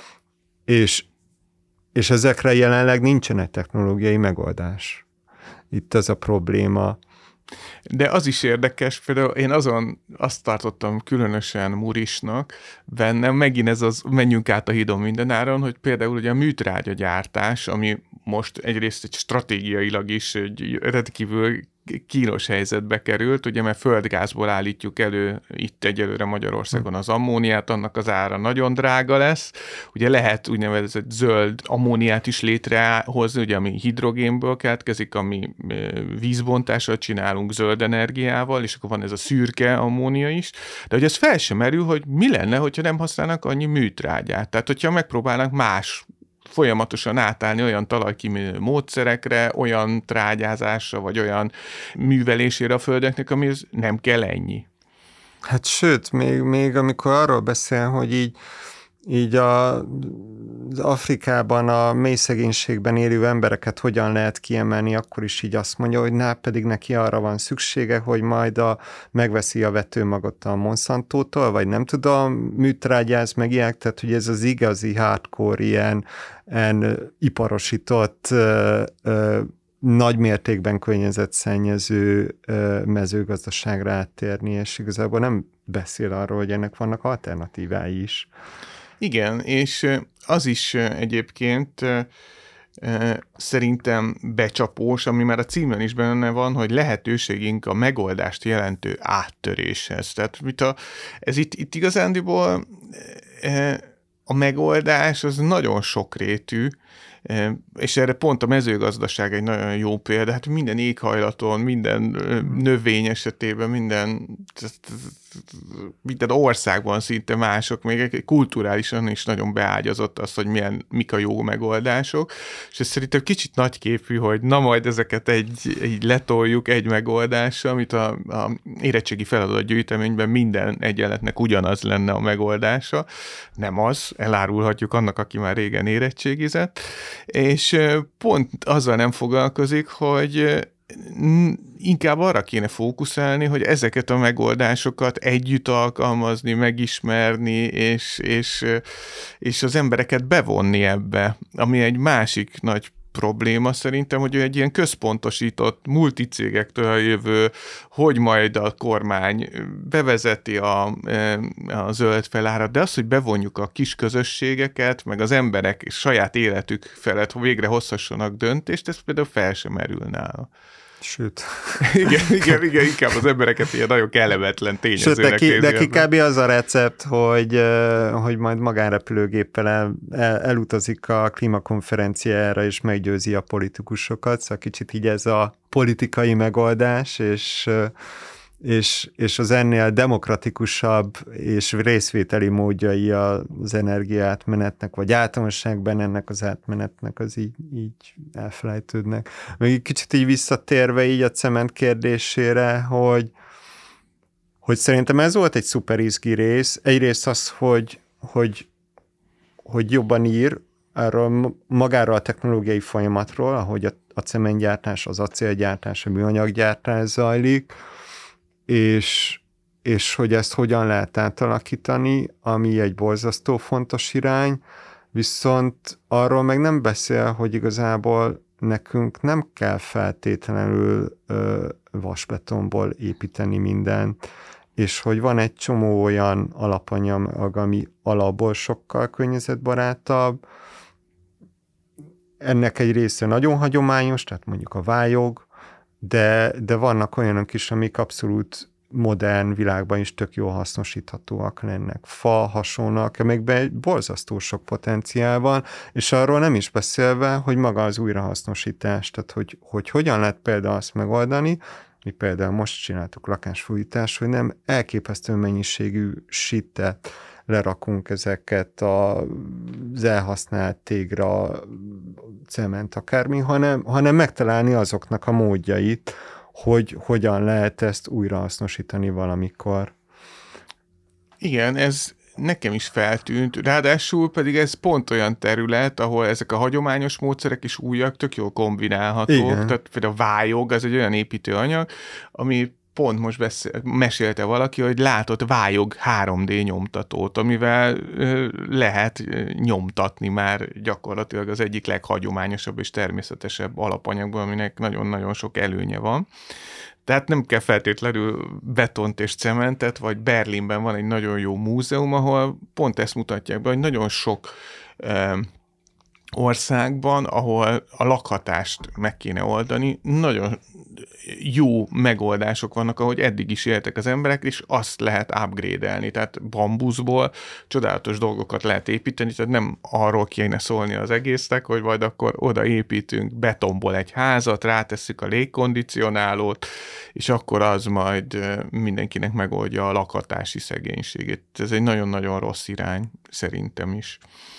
És, és ezekre jelenleg nincsen egy technológiai megoldás. Itt ez a probléma. De az is érdekes, például én azon azt tartottam különösen murisnak bennem, megint ez az, menjünk át a hídon mindenáron, hogy például ugye a műtrágyagyártás, ami most egyrészt egy stratégiailag is egy rendkívül kínos helyzetbe került, ugye, mert földgázból állítjuk elő itt egyelőre Magyarországon az ammóniát, annak az ára nagyon drága lesz. Ugye lehet úgynevezett zöld ammóniát is létrehozni, ugye, ami hidrogénből keletkezik, ami vízbontással csinálunk zöld energiával, és akkor van ez a szürke ammónia is. De hogy ez fel sem merül, hogy mi lenne, hogyha nem használnak annyi műtrágyát. Tehát, hogyha megpróbálnak más folyamatosan átállni olyan talajkímélő módszerekre, olyan trágyázásra, vagy olyan művelésére a földeknek, amihez nem kell ennyi. Hát sőt, még, még amikor arról beszél, hogy így, így a, az Afrikában a mély szegénységben élő embereket hogyan lehet kiemelni, akkor is így azt mondja, hogy ná, pedig neki arra van szüksége, hogy majd a, megveszi a vetőmagot a Monsantótól, vagy nem tudom, műtrágyáz meg ilyenek, tehát hogy ez az igazi hardcore ilyen en, iparosított ö, ö, nagy mértékben környezetszennyező ö, mezőgazdaságra áttérni, és igazából nem beszél arról, hogy ennek vannak alternatívái is. Igen, és az is egyébként szerintem becsapós, ami már a címben is benne van, hogy lehetőségünk a megoldást jelentő áttöréshez. Tehát mit a, ez itt, itt igazándiból a megoldás az nagyon sokrétű, És erre pont a mezőgazdaság egy nagyon jó példa. Hát minden éghajlaton, minden növény esetében, minden, minden országban szinte mások, még kulturálisan is nagyon beágyazott az, hogy milyen, mik a jó megoldások. És ez szerintem kicsit nagyképű, hogy na majd ezeket egy, egy letoljuk egy megoldással, amit a, a érettségi feladatgyűjteményben minden egyenletnek ugyanaz lenne a megoldása. Nem az, elárulhatjuk annak, aki már régen érettségizett, és pont azzal nem foglalkozik, hogy inkább arra kéne fókuszálni, hogy ezeket a megoldásokat együtt alkalmazni, megismerni, és, és, és az embereket bevonni ebbe, ami egy másik nagy probléma szerintem, hogy egy ilyen központosított multicégektől jövő, hogy majd a kormány bevezeti a, a zöld felárat, de az, hogy bevonjuk a kis közösségeket, meg az emberek saját életük felett, hogy végre hozhassanak döntést, ez például fel sem merül nála. Sőt. igen, igen, igen, inkább az embereket ilyen nagyon kellemetlen tényezőnek. Sőt, neki, neki kb. Az a recept, hogy, hogy majd magánrepülőgéppel el, el, elutazik a klímakonferenciára, és meggyőzi a politikusokat, szóval kicsit így ez a politikai megoldás, és És, és az ennél demokratikusabb és részvételi módjai az energiaátmenetnek, vagy általánosságban ennek az átmenetnek az így, így elfelejtődnek. Még egy kicsit így visszatérve így a cement kérdésére, hogy, hogy szerintem ez volt egy szuper izgi rész. Egyrészt az, hogy, hogy, hogy jobban ír arról magáról a technológiai folyamatról, ahogy a, a cementgyártás, az acélgyártás, a műanyaggyártás zajlik, És, és hogy ezt hogyan lehet átalakítani, ami egy borzasztó fontos irány, viszont arról meg nem beszél, hogy igazából nekünk nem kell feltétlenül ö, vasbetonból építeni mindent, és hogy van egy csomó olyan alapanyag, ami alapból sokkal környezetbarátabb. Ennek egy része nagyon hagyományos, tehát mondjuk a vályog, De, de vannak olyanok is, amik abszolút modern világban is tök jól hasznosíthatóak lennek. Fa, hasonlóak, amelyekben egy borzasztó sok potenciál van, és arról nem is beszélve, hogy maga az újrahasznosítás, tehát hogy, hogy hogyan lehet például azt megoldani, mi például most csináltuk lakásfújítás, hogy nem elképesztő mennyiségű shittet lerakunk ezeket az elhasznált tégra, cement, akármi, hanem, hanem megtalálni azoknak a módjait, hogy hogyan lehet ezt újrahasznosítani valamikor. Igen, ez nekem is feltűnt, ráadásul pedig ez pont olyan terület, ahol ezek a hagyományos módszerek és újak tök jól kombinálhatók. Igen. Tehát például a vályog, az egy olyan építőanyag, ami pont most beszél, mesélte valaki, hogy látott vályog három dé nyomtatót, amivel ö, lehet nyomtatni már gyakorlatilag az egyik leghagyományosabb és természetesebb alapanyagban, aminek nagyon-nagyon sok előnye van. Tehát nem kell feltétlenül betont és cementet, vagy Berlinben van egy nagyon jó múzeum, ahol pont ezt mutatják be, hogy nagyon sok ö, országban, ahol a lakhatást meg kéne oldani, nagyon jó megoldások vannak, ahogy eddig is éltek az emberek, és azt lehet upgrade-elni, tehát bambuszból csodálatos dolgokat lehet építeni, tehát nem arról kéne szólni az egésznek, hogy majd akkor odaépítünk betonból egy házat, rátesszük a légkondicionálót, és akkor az majd mindenkinek megoldja a lakhatási szegénységét. Ez egy nagyon-nagyon rossz irány, szerintem is.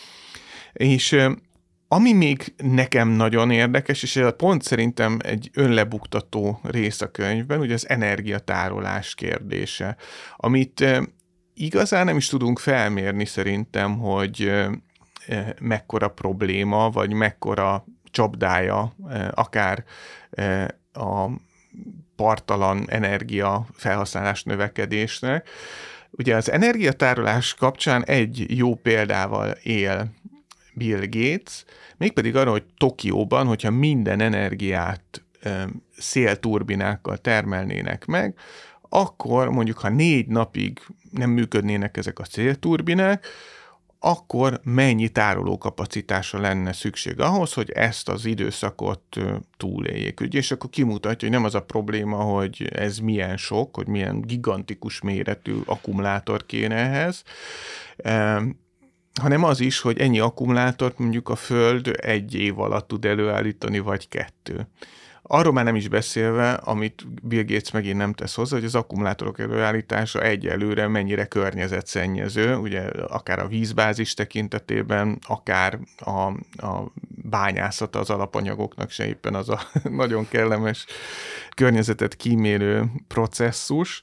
És ami még nekem nagyon érdekes, és ez pont szerintem egy önlebuktató rész a könyvben, ugye az energiatárolás kérdése, amit igazán nem is tudunk felmérni szerintem, hogy mekkora probléma, vagy mekkora csapdája akár a parttalan energia felhasználás növekedésnek. Ugye az energiatárolás kapcsán egy jó példával él Bill Gates, mégpedig arra, hogy Tokióban, hogyha minden energiát e, szélturbinákkal termelnének meg, akkor mondjuk, ha négy napig nem működnének ezek a szélturbinák, akkor mennyi tárolókapacitásra lenne szükség ahhoz, hogy ezt az időszakot túléljék. Ugye, és akkor kimutatja, hogy nem az a probléma, hogy ez milyen sok, hogy milyen gigantikus méretű akkumulátor kéne ehhez, hanem az is, hogy ennyi akkumulátort mondjuk a Föld egy év alatt tud előállítani, vagy kettő. Arról már nem is beszélve, amit Bill Gates megint nem tesz hozzá, hogy az akkumulátorok előállítása egyelőre mennyire környezetszennyező, ugye akár a vízbázis tekintetében, akár a, a bányászata az alapanyagoknak se éppen az a nagyon kellemes környezetet kímélő processzus.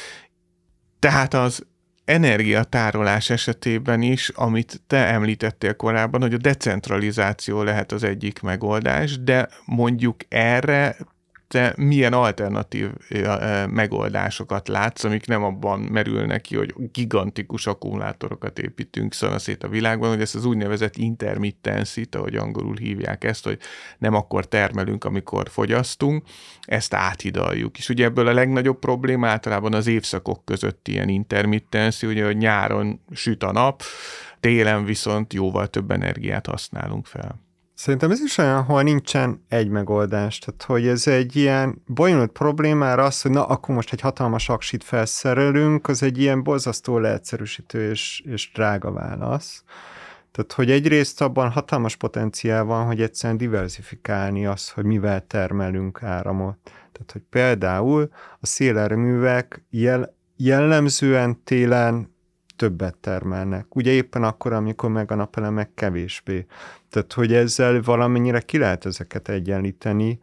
Tehát az energiatárolás esetében is, amit te említettél korábban, hogy a decentralizáció lehet az egyik megoldás, de mondjuk erre te milyen alternatív megoldásokat látsz, amik nem abban merülnek ki, hogy gigantikus akkumulátorokat építünk szanaszét a világban, hogy ezt az úgynevezett intermittency-t, ahogy angolul hívják ezt, hogy nem akkor termelünk, amikor fogyasztunk, ezt áthidaljuk. És ugye ebből a legnagyobb probléma általában az évszakok között ilyen intermittency, ugye, hogy nyáron süt a nap, télen viszont jóval több energiát használunk fel. Szerintem ez is olyan, ahol nincsen egy megoldás. Tehát, hogy ez egy ilyen bonyolult problémára az, hogy na, akkor most egy hatalmas aksit felszerelünk, az egy ilyen borzasztó leegyszerűsítő és, és drága válasz. Tehát, hogy egyrészt abban hatalmas potenciál van, hogy egyszerűen diversifikálni az, hogy mivel termelünk áramot. Tehát, hogy például a szélerőművek jel, jellemzően télen többet termelnek. Ugye éppen akkor, amikor meg a napelemek kevésbé. Tehát, hogy ezzel valamennyire ki lehet ezeket egyenlíteni,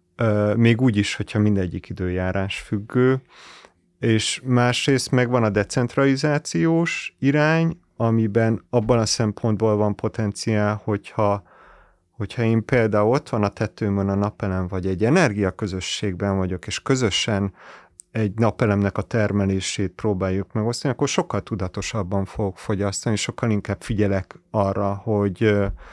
még úgy is, hogyha mindegyik időjárás függő, és másrészt megvan a decentralizációs irány, amiben abban a szempontból van potenciál, hogyha, hogyha én például ott van a tetőmön a napelem, vagy egy energiaközösségben vagyok, és közösen egy napelemnek a termelését próbáljuk megosztani, akkor sokkal tudatosabban fogok fogyasztani, sokkal inkább figyelek arra, hogy,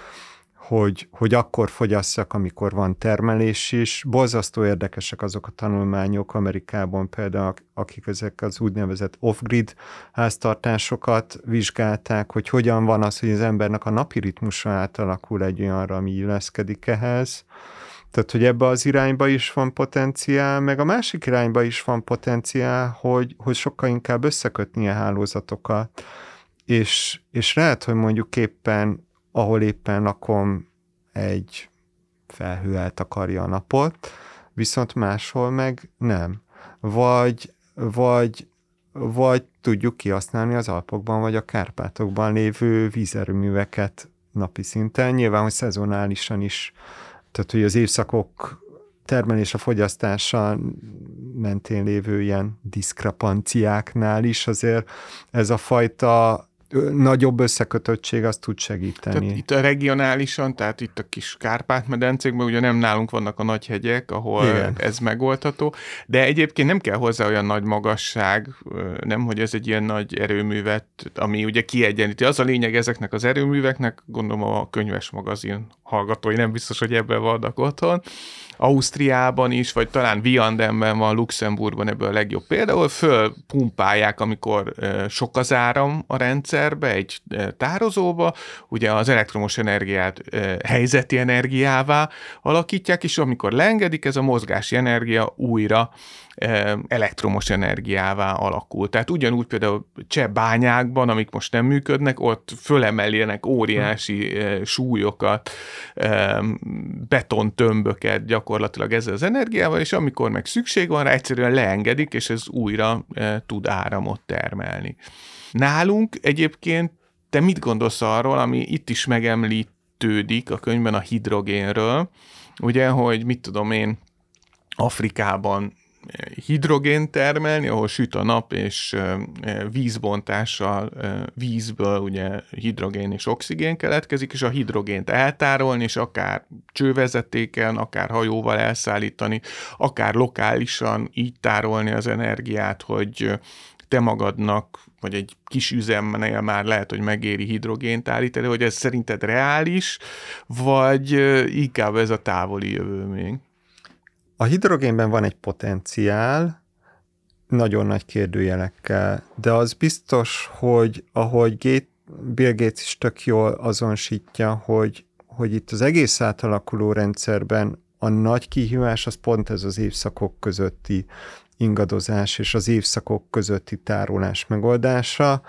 hogy, hogy akkor fogyasszak, amikor van termelés is. Borzasztó érdekesek azok a tanulmányok Amerikában például, akik ezek az úgynevezett off-grid háztartásokat vizsgálták, hogy hogyan van az, hogy az embernek a napi ritmusa átalakul egy olyanra, ami illeszkedik ehhez. Tehát, hogy ebbe az irányba is van potenciál, meg a másik irányba is van potenciál, hogy, hogy sokkal inkább összekötni a hálózatokat, és, és lehet, hogy mondjuk éppen, ahol éppen lakom, egy felhő eltakarja a napot, viszont máshol meg nem. Vagy, vagy, vagy tudjuk kihasználni az Alpokban, vagy a Kárpátokban lévő vízerőműveket napi szinten, nyilván, hogy szezonálisan is. Tehát, hogy az évszakok termelése, fogyasztása mentén lévő ilyen diszkrepanciáknál is azért ez a fajta nagyobb összekötöttség azt tud segíteni. Tehát itt a regionálisan, tehát itt a kis Kárpát-medencékben ugye nem nálunk vannak a nagy hegyek, ahol igen, ez megoldható, de egyébként nem kell hozzá olyan nagy magasság, nem, hogy ez egy ilyen nagy erőművet, ami ugye kiegyeníti. Az a lényeg ezeknek az erőműveknek, gondolom a könyves magazin hallgatói nem biztos, hogy ebben vannak otthon, Ausztriában is, vagy talán Viandenben van, Luxemburgban ebből a legjobb például, fölpumpálják, amikor sok az áram a rendszerbe, egy tározóba, ugye az elektromos energiát helyzeti energiává alakítják, és amikor leengedik, ez a mozgási energia újra elektromos energiává alakul. Tehát ugyanúgy például cseh bányákban, amik most nem működnek, ott fölemeljenek óriási hmm. súlyokat, betontömböket gyakorlatilag ezzel az energiával, és amikor meg szükség van rá, egyszerűen leengedik, és ez újra tud áramot termelni. Nálunk egyébként te mit gondolsz arról, ami itt is megemlítődik a könyvben a hidrogénről, ugye, hogy mit tudom én, Afrikában hidrogén termelni, ahol süt a nap, és vízbontással vízből ugye hidrogén és oxigén keletkezik, és a hidrogént eltárolni, és akár csővezetéken, akár hajóval elszállítani, akár lokálisan így tárolni az energiát, hogy te magadnak, vagy egy kis üzemnél már lehet, hogy megéri hidrogént állítani, hogy ez szerinted reális, vagy inkább ez a távoli jövő még? A hidrogénben van egy potenciál, nagyon nagy kérdőjelekkel, de az biztos, hogy ahogy Gate, Bill Gates is tök jól azonosítja, hogy, hogy itt az egész átalakuló rendszerben a nagy kihívás az pont ez az évszakok közötti ingadozás és az évszakok közötti tárolás megoldása,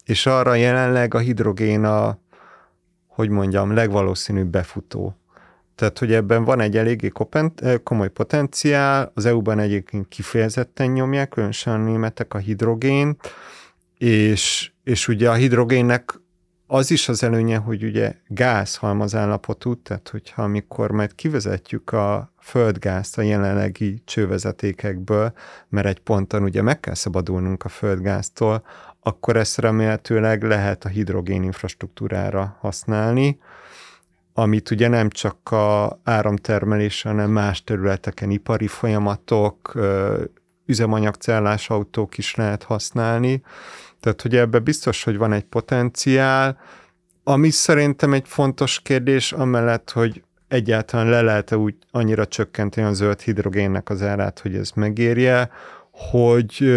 és arra jelenleg a hidrogén a, hogy mondjam, legvalószínűbb befutó. Tehát, hogy ebben van egy eléggé komoly potenciál, az é u-ban egyébként kifejezetten nyomják, különösen a németek a hidrogén, és, és ugye a hidrogénnek az is az előnye, hogy ugye gáz halmazállapotú, tehát hogyha amikor majd kivezetjük a földgázt a jelenlegi csővezetékekből, mert egy ponton ugye meg kell szabadulnunk a földgáztól, akkor ezt remélhetőleg lehet a hidrogén infrastruktúrára használni, amit ugye nem csak a áramtermelés, hanem más területeken ipari folyamatok, üzemanyagcellás autók is lehet használni. Tehát, hogy ebben biztos, hogy van egy potenciál, ami szerintem egy fontos kérdés, amellett, hogy egyáltalán le lehet-e úgy annyira csökkenteni a zöld hidrogénnek az árát, hogy ez megérje, hogy,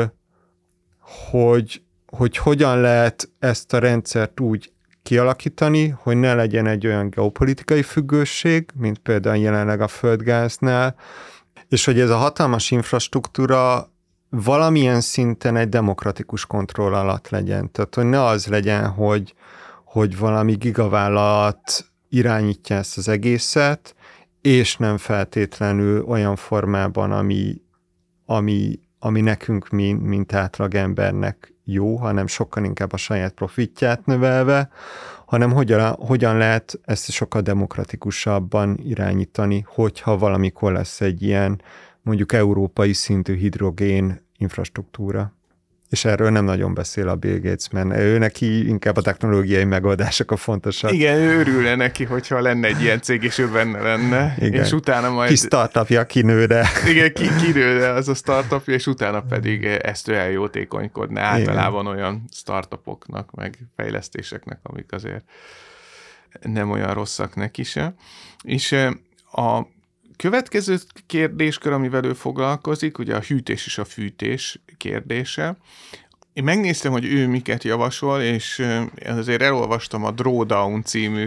hogy, hogy hogyan lehet ezt a rendszert úgy kialakítani, hogy ne legyen egy olyan geopolitikai függőség, mint például jelenleg a földgáznál, és hogy ez a hatalmas infrastruktúra valamilyen szinten egy demokratikus kontroll alatt legyen. Tehát, hogy ne az legyen, hogy, hogy valami gigavállalat irányítja ezt az egészet, és nem feltétlenül olyan formában, ami, ami, ami nekünk, mint, mint átlag embernek jó, hanem sokkal inkább a saját profitját növelve, hanem hogyan, hogyan lehet ezt sokkal demokratikusabban irányítani, hogyha valamikor lesz egy ilyen mondjuk európai szintű hidrogén infrastruktúra. És erről nem nagyon beszél a Bill Gates, mert ő neki inkább a technológiai megoldások a fontosak. Igen, ő örülne neki, hogyha lenne egy ilyen cég, és ő benne lenne. Igen. És utána majd... Ki startupja, kinőre. Igen, ki, kinőre az a startupja, és utána pedig ezt ő eljótékonykodna általában igen. olyan startupoknak, meg fejlesztéseknek, amik azért nem olyan rosszak neki se. És a következő kérdéskör, amivel ő foglalkozik, ugye a hűtés és a fűtés kérdése. Én megnéztem, hogy ő miket javasol, és azért elolvastam a Drawdown című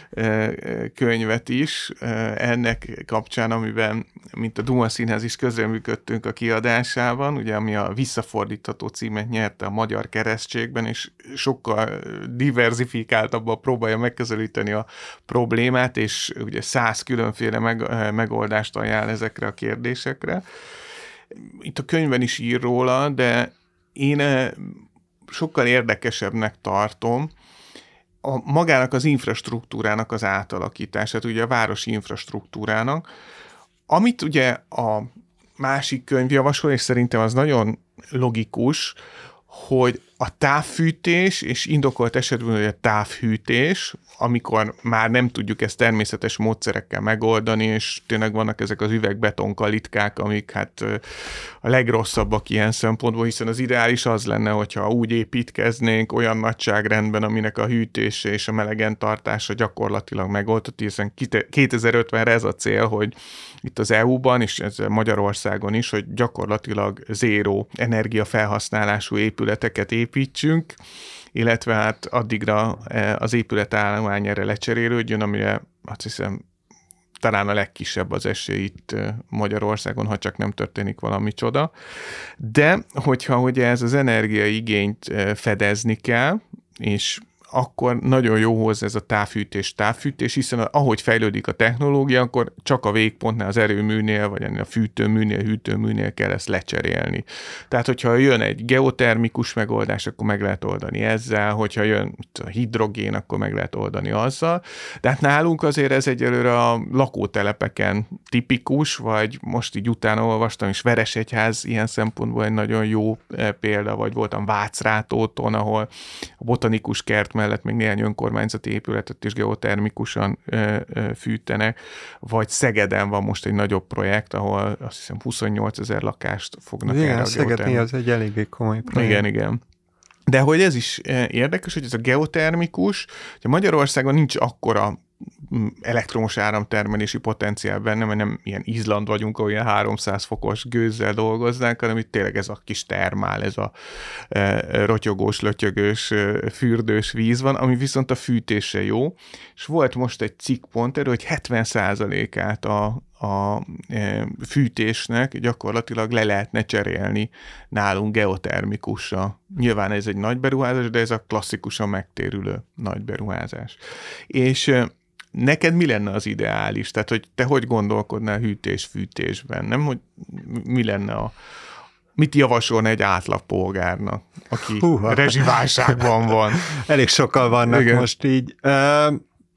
könyvet is ennek kapcsán, amiben, mint a Duma Színház is közreműködtünk a kiadásában, ugye, ami a visszafordítható címet nyerte a Magyar Keresztségben, és sokkal diverzifikáltabban próbálja megközelíteni a problémát, és ugye száz különféle meg, megoldást ajánl ezekre a kérdésekre. Itt a könyvben is ír róla, de én sokkal érdekesebbnek tartom a magának az infrastruktúrának az átalakítását, ugye a városi infrastruktúrának, amit ugye a másik könyv javasol, és szerintem az nagyon logikus, hogy a távfűtés, és indokolt esetben, hogy a távhűtés, amikor már nem tudjuk ezt természetes módszerekkel megoldani, és tényleg vannak ezek az üvegbetonkalitkák, amik hát a legrosszabbak ilyen szempontból, hiszen az ideális az lenne, hogyha úgy építkeznénk olyan nagyságrendben, aminek a hűtése és a melegen tartása gyakorlatilag megoldható, hiszen kétezer-ötvenre ez a cél, hogy itt az é u-ban, és ez Magyarországon is, hogy gyakorlatilag zéró energiafelhasználású épületeket építsünk, illetve hát addigra az épületállomány erre lecserélődjön, amire azt hiszem talán a legkisebb az esély itt Magyarországon, ha csak nem történik valami csoda. De hogyha ugye ez az energiaigényt fedezni kell, és akkor nagyon jó hoz ez a távfűtés, távfűtés, hiszen ahogy fejlődik a technológia, akkor csak a végpontnál, az erőműnél, vagy a fűtőműnél, hűtőműnél kell ezt lecserélni. Tehát, hogyha jön egy geotermikus megoldás, akkor meg lehet oldani ezzel, hogyha jön a hidrogén, akkor meg lehet oldani azzal. De hát nálunk azért ez egyelőre a lakótelepeken tipikus, vagy most így utána olvastam, és Veresegyház ilyen szempontból egy nagyon jó példa, vagy voltam Vácrátóton, ahol a botanikus kert mellett még néhány önkormányzati épületet is geotermikusan ö, ö, fűtenek, vagy Szegeden van most egy nagyobb projekt, ahol azt hiszem huszonnyolcezer lakást fognak igen, erre a Szegedni az egy eléggé komoly projekt. Igen, igen. De hogy ez is érdekes, hogy ez a geotermikus, hogy Magyarországon nincs akkora elektromos áramtermelési potenciál benne, mert nem ilyen Izland vagyunk, ahol ilyen háromszáz fokos gőzzel dolgoznánk, hanem itt tényleg ez a kis termál, ez a e, rotyogós, lötyögős, e, fürdős víz van, ami viszont a fűtése jó, és volt most egy cikkpont erről, hogy hetven százalékát a, a fűtésnek gyakorlatilag le lehetne cserélni nálunk geotermikusra. Nyilván ez egy nagy beruházás, de ez a klasszikusan megtérülő nagy beruházás. És neked mi lenne az ideális? Tehát, hogy te hogy gondolkodnál hűtés-fűtésben? Nem, hogy mi lenne a... Mit javasolna egy átlagpolgárnak, aki Húha. rezsiválságban van? Elég sokkal vannak Igen. most így. Uh,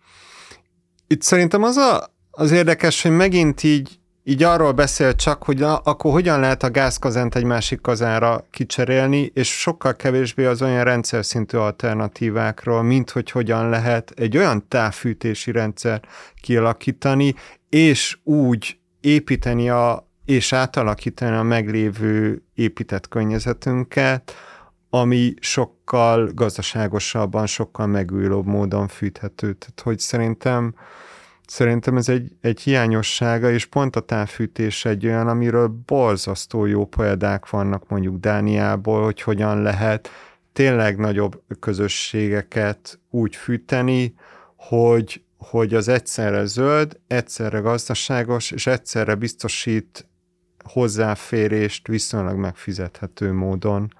itt szerintem az a, az érdekes, hogy megint így, így arról beszél csak, hogy na, akkor hogyan lehet a gázkazánt egy másik kazánra kicserélni, és sokkal kevésbé az olyan rendszer szintű alternatívákról, mint hogy hogyan lehet egy olyan távfűtési rendszer kialakítani, és úgy építeni a és átalakítani a meglévő épített környezetünket, ami sokkal gazdaságosabban, sokkal megújulóbb módon fűthető. Tehát, hogy szerintem, szerintem ez egy, egy hiányossága, és pont a távfűtés egy olyan, amiről borzasztó jó példák vannak mondjuk Dániából, hogy hogyan lehet tényleg nagyobb közösségeket úgy fűteni, hogy, hogy az egyszerre zöld, egyszerre gazdaságos, és egyszerre biztosít hozzáférést viszonylag megfizethető módon.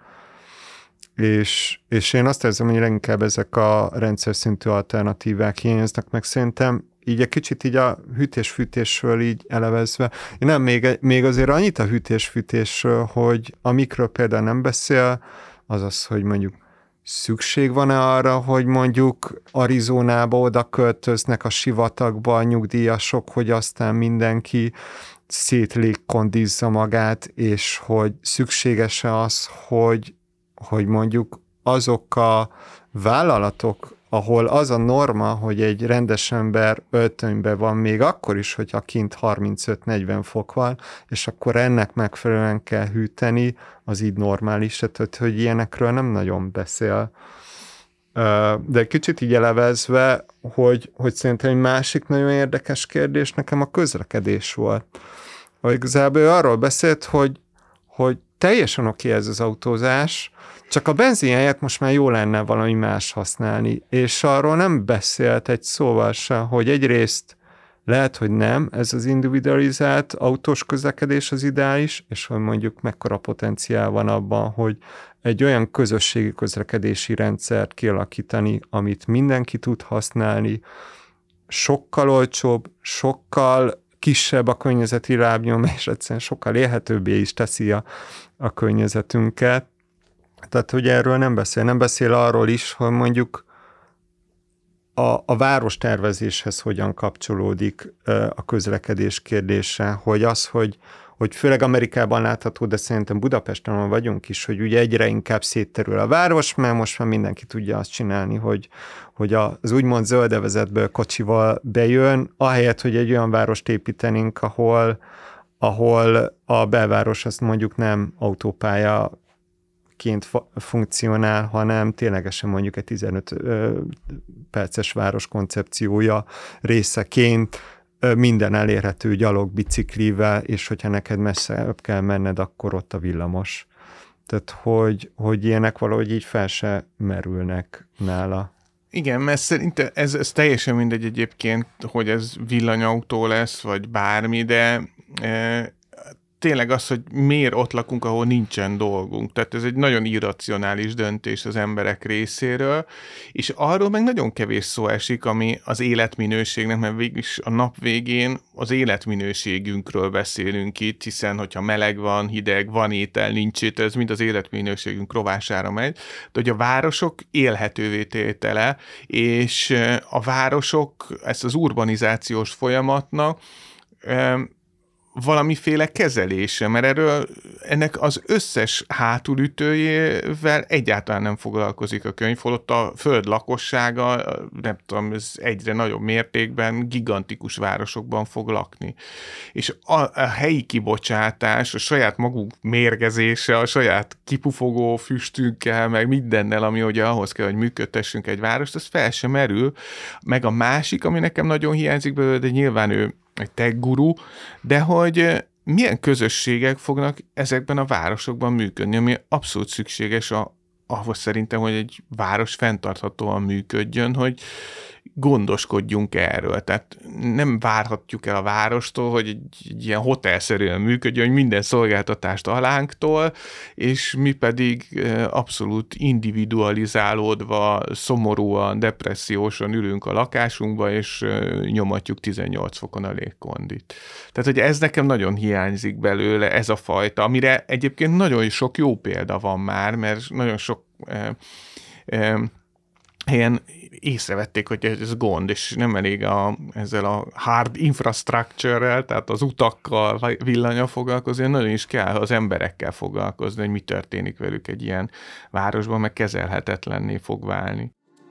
És, és én azt érzem, hogy leginkább ezek a rendszer szintű alternatívák hiányoznak, meg szerintem így egy kicsit így a hűtés-fűtésről így elevezve. Én nem, még, még azért annyit a hűtés-fűtésről, hogy amikről például nem beszél, az az, hogy mondjuk szükség van-e arra, hogy mondjuk Arizonába oda költöznek a sivatagba a nyugdíjasok, hogy aztán mindenki szétlégkondízza magát, és hogy szükséges-e az, hogy, hogy mondjuk azok a vállalatok, ahol az a norma, hogy egy rendes ember öltönyben van még akkor is, hogyha kint harmincöt-negyven fok van, és akkor ennek megfelelően kell hűteni, az így normális, tehát hogy ilyenekről nem nagyon beszél. De kicsit így elevezve, hogy, hogy szerintem egy másik nagyon érdekes kérdés nekem a közlekedés volt. Hogy igazából arról beszélt, hogy, hogy teljesen oké ez az autózás, csak a benzin helyett most már jó lenne valami más használni, és arról nem beszélt egy szóval sem, hogy egyrészt lehet, hogy nem, ez az individualizált autós közlekedés az ideális, és hogy mondjuk mekkora potenciál van abban, hogy egy olyan közösségi közlekedési rendszert kialakítani, amit mindenki tud használni, sokkal olcsóbb, sokkal kisebb a környezeti lábnyom, és egyszerűen sokkal élhetőbbé is teszi a, a környezetünket. Tehát, hogy erről nem beszél. Nem beszél arról is, hogy mondjuk a, a várostervezéshez hogyan kapcsolódik a közlekedés kérdése, hogy az, hogy, hogy főleg Amerikában látható, de szerintem Budapesten vagyunk is, hogy ugye egyre inkább szétterül a város, mert most már mindenki tudja azt csinálni, hogy, hogy az úgymond zöldevezetből kocsival bejön, ahelyett, hogy egy olyan várost építenénk, ahol, ahol a belváros azt mondjuk nem autópálya ként funkcionál, hanem ténylegesen mondjuk egy tizenöt perces város koncepciója részeként minden elérhető gyalog, biciklivel, és hogyha neked messze kell menned, akkor ott a villamos. Tehát, hogy, hogy ilyenek valahogy így fel se merülnek nála. Igen, mert szerintem ez, ez teljesen mindegy egyébként, hogy ez villanyautó lesz, vagy bármi, de e, tényleg az, hogy miért ott lakunk, ahol nincsen dolgunk. Tehát ez egy nagyon irracionális döntés az emberek részéről, és arról meg nagyon kevés szó esik, ami az életminőségnek, mert végülis a nap végén az életminőségünkről beszélünk itt, hiszen hogyha meleg van, hideg, van étel, nincs étel, ez mind az életminőségünk rovására megy, de hogy a városok élhetővé tétele, és a városok ezt az urbanizációs folyamatnak valamiféle kezelése, mert erről ennek az összes hátulütőjével egyáltalán nem foglalkozik a könyv, holott a föld lakossága, nem tudom, ez egyre nagyobb mértékben gigantikus városokban fog lakni. És a, a helyi kibocsátás, a saját magunk mérgezése, a saját kipufogó füstünkkel, meg mindennel, ami ugye ahhoz kell, hogy működtessünk egy várost, az fel sem merül. Meg a másik, ami nekem nagyon hiányzik belőle, de nyilván ő egy tech guru, de hogy milyen közösségek fognak ezekben a városokban működni, ami abszolút szükséges a, ahhoz szerintem, hogy egy város fenntarthatóan működjön, hogy gondoskodjunk erről. Tehát nem várhatjuk el a várostól, hogy egy, egy ilyen hotelszerűen működjön, hogy minden szolgáltatást alánktól, és mi pedig abszolút individualizálódva, szomorúan, depressziósan ülünk a lakásunkba, és nyomatjuk tizennyolc fokon a légkondit. Tehát, hogy ez nekem nagyon hiányzik belőle, ez a fajta, amire egyébként nagyon sok jó példa van már, mert nagyon sok eh, eh, helyen észrevették, hogy ez gond, és nem elég a, ezzel a hard infrastructure-rel, tehát az utakkal, villanya foglalkozni, nagyon is kell az emberekkel foglalkozni, hogy mi történik velük egy ilyen városban, meg kezelhetetlenné fog válni.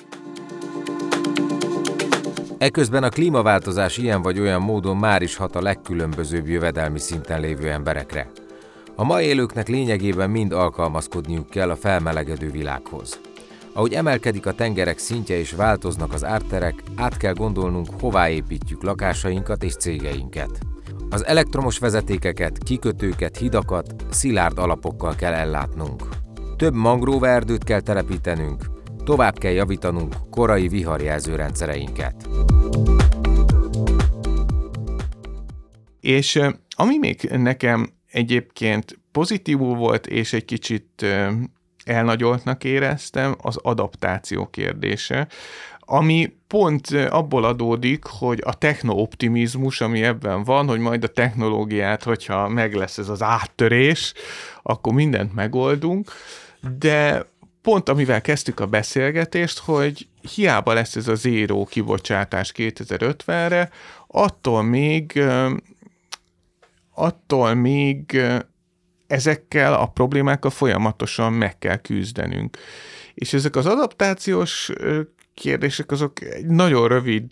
Eközben a klímaváltozás ilyen vagy olyan módon már is hat a legkülönbözőbb jövedelmi szinten lévő emberekre. A ma élőknek lényegében mind alkalmazkodniuk kell a felmelegedő világhoz. Ahogy emelkedik a tengerek szintje és változnak az árterek, át kell gondolnunk, hová építjük lakásainkat és cégeinket. Az elektromos vezetékeket, kikötőket, hidakat szilárd alapokkal kell ellátnunk. Több mangroveerdőt kell telepítenünk, tovább kell javítanunk korai viharjelző rendszereinket. És ami még nekem egyébként pozitívul volt, és egy kicsit elnagyoltnak éreztem, az adaptáció kérdése, ami pont abból adódik, hogy a techno-optimizmus, ami ebben van, hogy majd a technológiát, hogyha meg lesz ez az áttörés, akkor mindent megoldunk, de pont amivel kezdtük a beszélgetést, hogy hiába lesz ez a zéró kibocsátás kétezer-ötvenre, attól még, attól még ezekkel a problémákkal folyamatosan meg kell küzdenünk. És ezek az adaptációs kérdések azok egy nagyon rövid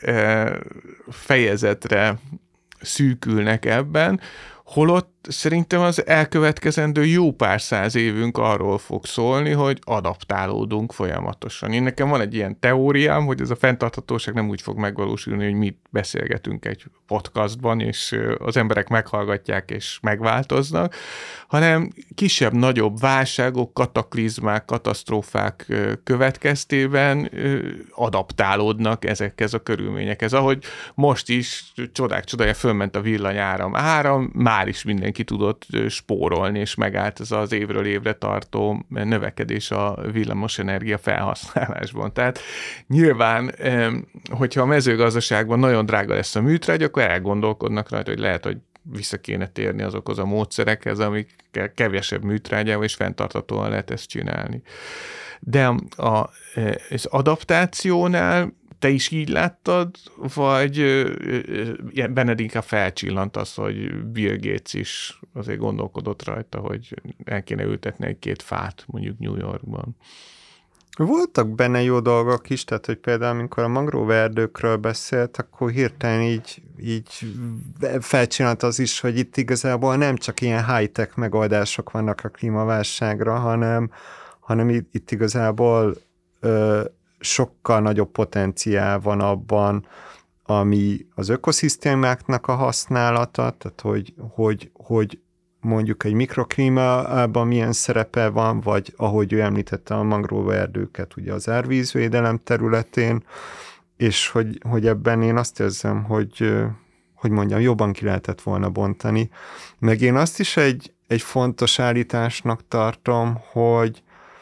fejezetre szűkülnek ebben, holott szerintem az elkövetkezendő jó pár száz évünk arról fog szólni, hogy adaptálódunk folyamatosan. Én nekem van egy ilyen teóriám, hogy ez a fenntarthatóság nem úgy fog megvalósulni, hogy mi beszélgetünk egy podcastban, és az emberek meghallgatják és megváltoznak, hanem kisebb-nagyobb válságok, kataklizmák, katasztrófák következtében adaptálódnak ezekhez a körülményekhez. Ahogy most is csodák csodája fölment a villanyáram áram, már is mindenki tudott spórolni, és megállt ez az évről évre tartó növekedés a villamosenergia felhasználásban. Tehát nyilván, hogyha a mezőgazdaságban nagyon drága lesz a műtrágy, akkor elgondolkodnak rajta, hogy lehet, hogy vissza kéne térni azokhoz a módszerekhez, amikkel kevesebb műtrágyával és fenntarthatóan lehet ezt csinálni. De a, az adaptációnál te is így láttad, vagy benned inkább felcsillant az, hogy Bill Gates is azért gondolkodott rajta, hogy el kéne ültetni egy-két fát mondjuk New Yorkban? Voltak benne jó dolgok is, tehát hogy például amikor a mangroveerdőkről beszélt, akkor hirtelen így, így felcsillant az is, hogy itt igazából nem csak ilyen high-tech megoldások vannak a klímaválságra, hanem, hanem itt, itt igazából ö, sokkal nagyobb potenciál van abban, ami az ökoszisztémáknak a használata, tehát hogy, hogy, hogy mondjuk egy mikroklímában milyen szerepe van, vagy ahogy ő említette a mangroveerdőket ugye az árvízvédelem területén, és hogy, hogy ebben én azt érzem, hogy, hogy mondjam, jobban ki lehetett volna bontani. Meg én azt is egy, egy fontos állításnak tartom, hogy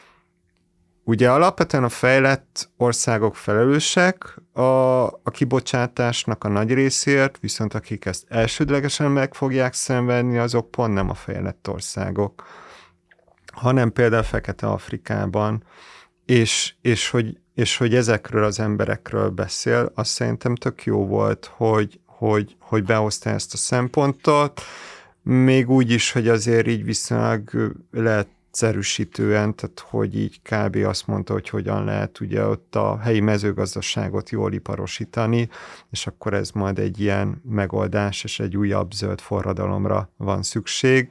ugye alapvetően a fejlett országok felelősek a, a kibocsátásnak a nagy részért, viszont akik ezt elsődlegesen meg fogják szenvedni, azok pont nem a fejlett országok, hanem például Fekete-Afrikában, és, és, hogy, és hogy ezekről az emberekről beszél, azt szerintem tök jó volt, hogy, hogy, hogy behozta ezt a szempontot, még úgy is, hogy azért így viszonylag lehet szerűsítően, tehát hogy így kb. Azt mondta, hogy hogyan lehet ugye ott a helyi mezőgazdaságot jól iparosítani, és akkor ez majd egy ilyen megoldás, és egy újabb zöld forradalomra van szükség.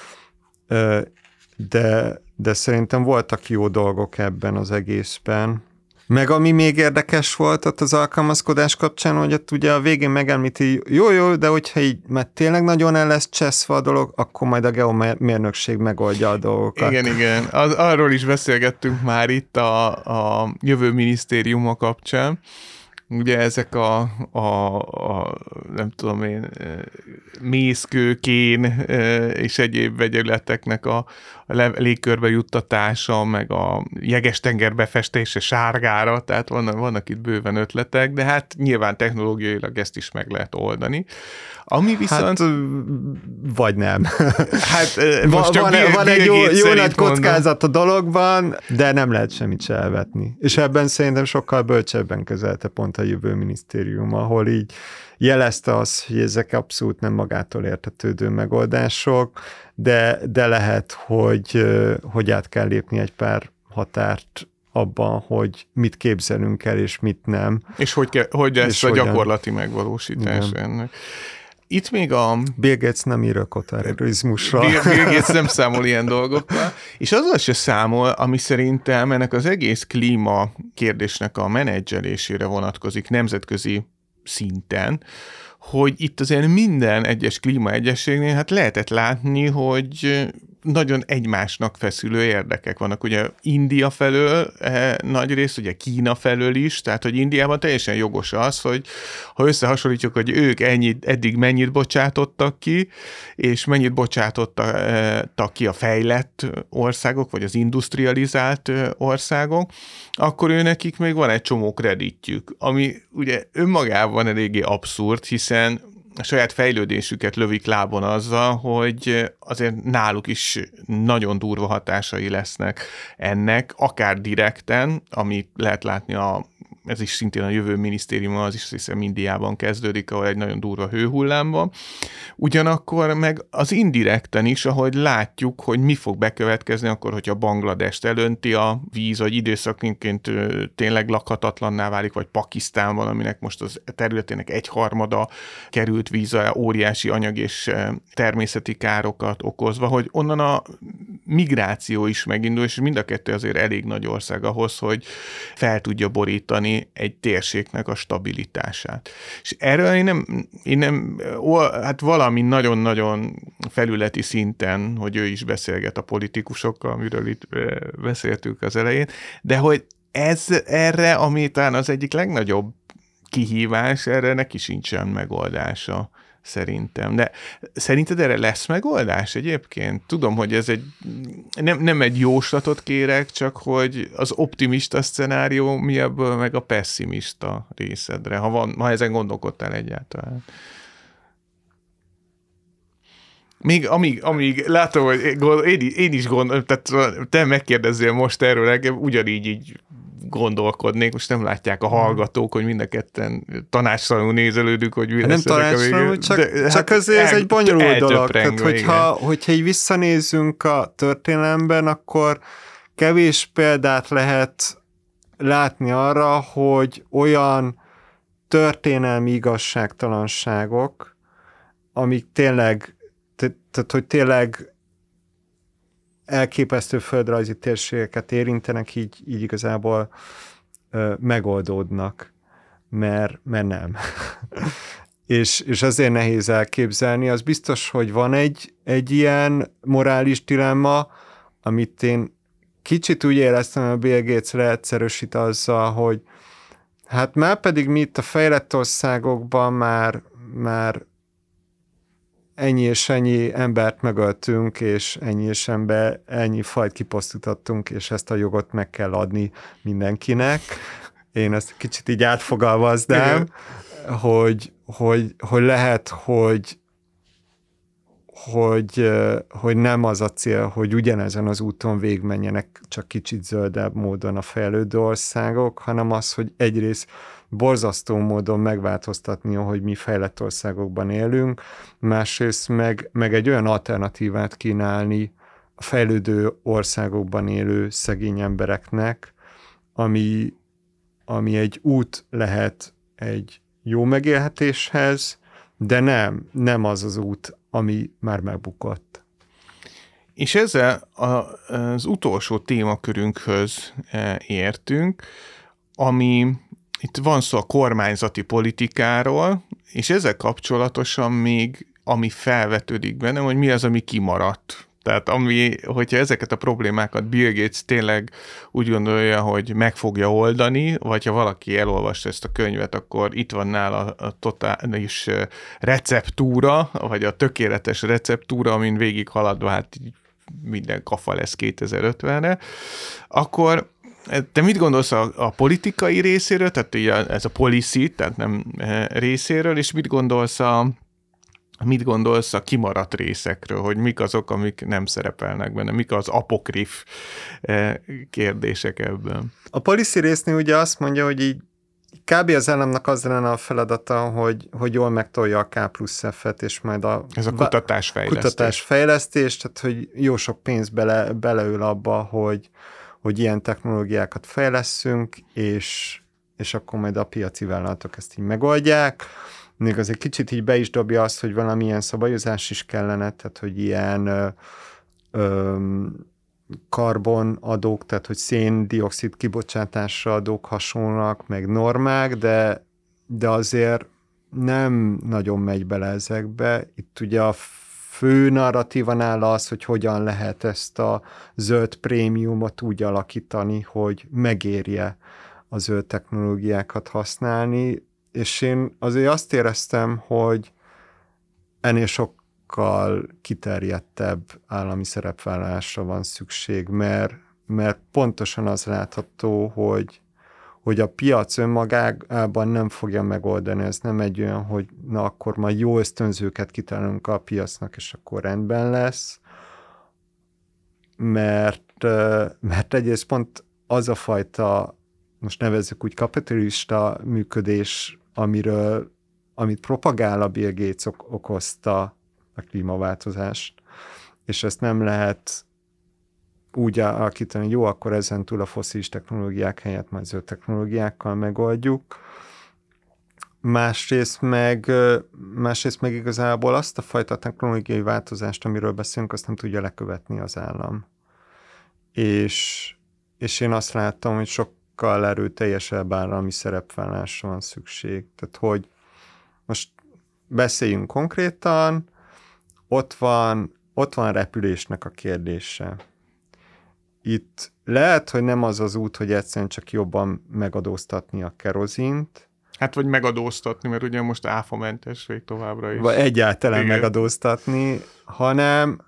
De, de szerintem voltak jó dolgok ebben az egészben. Meg ami még érdekes volt ott az alkalmazkodás kapcsán, hogy ott ugye a végén megemlíti, jó, jó, de hogyha így mert tényleg nagyon el lesz cseszve a dolog, akkor majd a geomérnökség megoldja a dolgokat. Igen, igen. Az, arról is beszélgettünk már itt a, a jövő minisztériuma kapcsán, Ugye ezek a, a, a nem tudom én, mészkő, kén és egyéb vegyületeknek a, a légkörbe juttatása, meg a jeges-tenger befestése sárgára, tehát vannak, vannak itt bőven ötletek, de hát nyilván technológiailag ezt is meg lehet oldani. Ami viszont... Hát, vagy nem. Hát most csak van, Bill, van Bill egy jó, jó nagy kockázat mondom. a dologban, de nem lehet semmit se elvetni. És ebben szerintem sokkal bölcsebben kezelte pont a jövő minisztérium, ahol így jelezte azt, hogy ezek abszolút nem magától értetődő megoldások, de, de lehet, hogy, hogy át kell lépni egy pár határt abban, hogy mit képzelünk el, és mit nem. És hogy, ke, hogy lesz a hogyan. gyakorlati megvalósítás Igen. ennek. Itt még a... Bill Gates nem ír ökoterrorizmusra. Bill, Bill Gates nem számol ilyen dolgokkal, és azzal se számol, ami szerintem ennek az egész klíma kérdésnek a menedzselésére vonatkozik nemzetközi szinten, hogy itt azért minden egyes klímaegyességnél hát lehetett látni, hogy nagyon egymásnak feszülő érdekek vannak. Ugye India felől eh, nagy rész, ugye Kína felől is, tehát hogy Indiában teljesen jogos az, hogy ha összehasonlítjuk, hogy ők ennyit, eddig mennyit bocsátottak ki, és mennyit bocsátottak ki a fejlett országok, vagy az industrializált országok, akkor ő nekik még van egy csomó kreditjük, ami ugye önmagában eléggé abszurd, hiszen a saját fejlődésüket lövik lábon azzal, hogy azért náluk is nagyon durva hatásai lesznek ennek, akár direkten, amit lehet látni a ez is szintén a jövő minisztériuma, az is hiszem Indiában kezdődik, ahol egy nagyon durva hőhullám van. Ugyanakkor meg az indirekten is, ahogy látjuk, hogy mi fog bekövetkezni akkor, hogyha Bangladest elönti a víz, vagy időszakonként tényleg lakhatatlanná válik, vagy Pakisztánban, aminek most az területének egyharmada került vízre, óriási anyag és természeti károkat okozva, hogy onnan a migráció is megindul, és mind a kettő azért elég nagy ország ahhoz, hogy fel tudja borítani egy térségnek a stabilitását. És erről én nem, én nem, hát valami nagyon-nagyon felületi szinten, hogy ő is beszélget a politikusokkal, amiről itt beszéltünk az elején, de hogy ez erre, ami talán az egyik legnagyobb kihívás, erre neki sincsen megoldása. Szerintem. De szerinted erre lesz megoldás egyébként? Tudom, hogy ez egy nem, nem egy jóslatot kérek, csak hogy az optimista szcenárió mi ebből, meg a pessimista részedre, ha, van, ha ezen gondolkodtál egyáltalán. Még amíg, amíg látom, hogy én, én is gondolom, tehát te megkérdezzél most erről, engem ugyanígy így gondolkodnék, most nem látják a hallgatók, hogy mind a ketten tanácstalanul nézelődünk, hogy mi hát lesz. Nem tanácstalanul, csak, de, csak hát azért ez el, egy bonyolult dolog. Tehát, hogyha, hogyha így visszanézünk a történelemben, akkor kevés példát lehet látni arra, hogy olyan történelmi igazságtalanságok, amik tényleg, tehát hogy tényleg elképesztő földrajzi térségeket érintenek, így, így igazából ö, megoldódnak, mert, mert nem. és, és azért nehéz elképzelni. Az biztos, hogy van egy, egy ilyen morális dilemma, amit én kicsit úgy éreztem, hogy Bill Gates leegyszerűsít azzal, hogy hát már pedig mi itt a fejlett országokban már, már ennyi és ennyi embert megöltünk, és ennyi és ember, ennyi fajt kipusztítottunk, és ezt a jogot meg kell adni mindenkinek. Én ezt kicsit így átfogalmaznám, hogy, hogy, hogy lehet, hogy, hogy, hogy nem az a cél, hogy ugyanezen az úton végigmenjenek csak kicsit zöldebb módon a fejlődő országok, hanem az, hogy egyrészt borzasztó módon megváltoztatni, hogy mi fejlett országokban élünk, másrészt meg, meg egy olyan alternatívát kínálni a fejlődő országokban élő szegény embereknek, ami, ami egy út lehet egy jó megélhetéshez, de nem, nem az az út, ami már megbukott. És ezzel az utolsó témakörünkhöz értünk, ami itt van szó a kormányzati politikáról, és ezzel kapcsolatosan még ami felvetődik bennem, hogy mi az, ami kimaradt. Tehát ami, hogyha ezeket a problémákat Bill Gates tényleg úgy gondolja, hogy meg fogja oldani, vagy ha valaki elolvassa ezt a könyvet, akkor itt van nála a totális receptúra, vagy a tökéletes receptúra, amin végig haladva, hát így minden kafa lesz kétezer-ötvenre, akkor te mit gondolsz a, a politikai részéről, tehát ugye ez a policy, tehát nem részéről, és mit gondolsz a Mit gondolsz a kimaradt részekről, hogy mik azok, amik nem szerepelnek benne, mik az apokrif kérdések ebben? A policy résznél ugye azt mondja, hogy így kb. Az államnak az lenne a feladata, hogy, hogy jól megtolja a K plusz F-et, és majd a Ez a kutatásfejlesztés. kutatásfejlesztés, tehát hogy jó sok pénz bele, beleül abba, hogy, hogy ilyen technológiákat fejlesszünk, és, és akkor majd a piaci vállalatok ezt így megoldják. Még az egy kicsit így be is dobja azt, hogy valamilyen szabályozás is kellene, tehát hogy ilyen ö, ö, karbonadók, tehát hogy szén-dioxid kibocsátásra adók hasonlóak, meg normák, de, de azért nem nagyon megy bele ezekbe. Itt ugye a fő narratíva nála az, hogy hogyan lehet ezt a zöld prémiumot úgy alakítani, hogy megérje a zöld technológiákat használni, és én azért azt éreztem, hogy ennél sokkal kiterjedtebb állami szerepvállalásra van szükség, mert, mert pontosan az látható, hogy, hogy a piac önmagában nem fogja megoldani. Ez nem egy olyan, hogy na akkor majd jó ösztönzőket kitalálunk a piacnak, és akkor rendben lesz, mert, mert egyrészt pont az a fajta, most nevezzük úgy kapitalista működés, amiről, amit propagál a Bill Gates ok- okozta a klímaváltozást, és ezt nem lehet úgy alakítani, hogy jó, akkor ezen túl a fosszilis technológiák helyett majd zöld technológiákkal megoldjuk. Másrészt meg, másrészt meg igazából azt a fajta technológiai változást, amiről beszélünk, azt nem tudja lekövetni az állam. És, és én azt láttam, hogy sok sokkal erőteljesebb állami szerepvállásra van szükség. Tehát, hogy most beszéljünk konkrétan, ott van, ott van repülésnek a kérdése. Itt lehet, hogy nem az az út, hogy egyszerűen csak jobban megadóztatni a kerozint. Hát, vagy megadóztatni, mert ugye most áfamentes még továbbra is. Vagy egyáltalán Igen. megadóztatni, hanem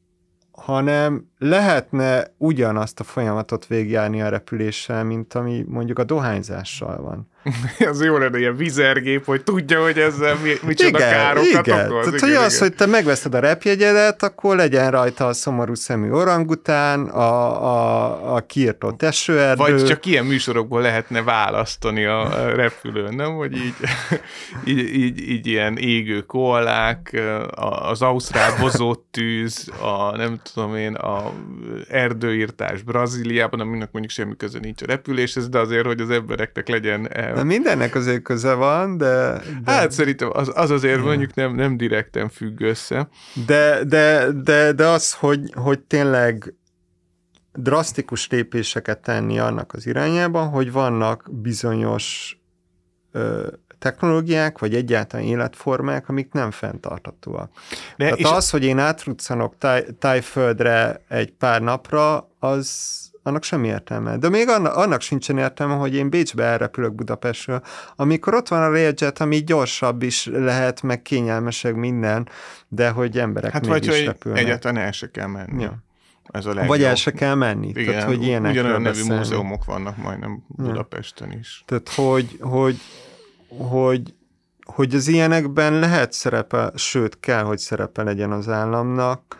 hanem lehetne ugyanazt a folyamatot végigjárni a repüléssel, mint ami mondjuk a dohányzással van. Az jó lenne ilyen vizergép, hogy tudja, hogy ezzel mi, micsoda igen, károkat igen. okoz. Tehát, Igen, hogy az, igen. hogy te megveszed a repjegyedet, akkor legyen rajta a szomorú szemű orangután, a, a, a kiirtott esőerdő. Vagy csak ilyen műsorokból lehetne választani a repülőn, nem? Hogy így, így, így, így ilyen égő koalák, az ausztrál bozott tűz, a nem tudom én, a erdőírtás Brazíliában, aminek mondjuk semmi köze nincs a repüléshez, de azért, hogy az embereknek legyen... De mindennek azért köze van, de... de... Hát szerintem az, az azért yeah. mondjuk nem, nem direkten függ össze. De, de, de, de az, hogy, hogy tényleg drasztikus lépéseket tenni annak az irányában, hogy vannak bizonyos ö, technológiák, vagy egyáltalán életformák, amik nem fenntarthatóak. De Tehát az, hogy én átruccanok táj, Tájföldre egy pár napra, az annak semmi értelme. De még annak, annak sincsen értelme, hogy én Bécsbe elrepülök Budapestről, amikor ott van a Railjet, ami gyorsabb is lehet, meg kényelmesebb minden, de hogy emberek hát mégis vagy, repülnek. Egyáltalán el se kell menni. Ja. Ez a legjobb. Vagy el se kell menni. Igen, Tehát, hogy ilyenekről ugyanolyan nevű beszélni. múzeumok vannak majdnem Budapesten is. Tehát, hogy, hogy, hogy, hogy az ilyenekben lehet szerepe, sőt, kell, hogy szerepe legyen az államnak,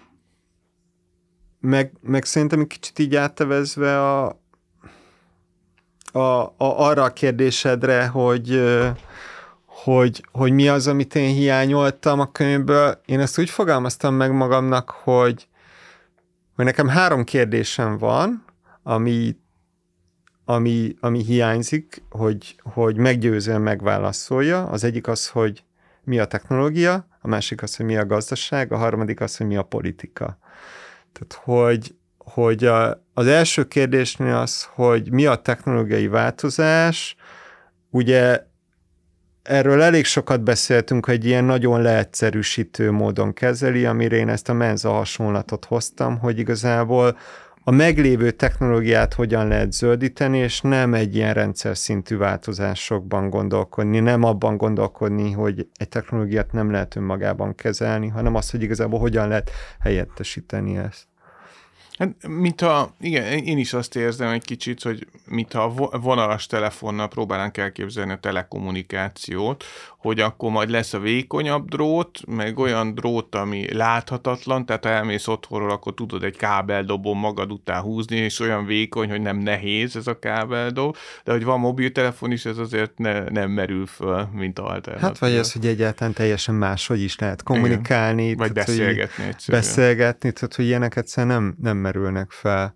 meg, meg szerintem egy kicsit így áttevezve a, a, a, arra a kérdésedre, hogy, hogy, hogy mi az, amit én hiányoltam a könyvből. Én ezt úgy fogalmaztam meg magamnak, hogy, hogy nekem három kérdésem van, ami, ami, ami hiányzik, hogy, hogy meggyőzően megválaszolja. Az egyik az, hogy mi a technológia, a másik az, hogy mi a gazdaság, a harmadik az, hogy mi a politika. Tehát, hogy, hogy a, az első kérdésnél az, hogy mi a technológiai változás, ugye erről elég sokat beszéltünk, hogy ilyen nagyon leegyszerűsítő módon kezeli, amire én ezt a Mensa hasonlatot hoztam, hogy igazából a meglévő technológiát hogyan lehet zöldíteni, és nem egy ilyen rendszer szintű változásokban gondolkodni, nem abban gondolkodni, hogy egy technológiát nem lehet önmagában kezelni, hanem az, hogy igazából hogyan lehet helyettesíteni ezt. Hát, mint a, igen, én is azt érzem egy kicsit, hogy mintha a vonalas telefonnal próbálnánk elképzelni a telekommunikációt, hogy akkor majd lesz a vékonyabb drót, meg olyan drót, ami láthatatlan, tehát ha elmész otthonról, akkor tudod egy kábeldobon magad után húzni, és olyan vékony, hogy nem nehéz ez a kábeldob, de hogy van mobiltelefon is, ez azért ne, nem merül föl, mint alternatíva. Hát vagy az, hogy egyáltalán teljesen máshogy is lehet kommunikálni. Igen. Vagy tehát, beszélgetni egyszerűen. Beszélgetni, tehát hogy ilyenek egyszerűen nem, nem merülnek fel.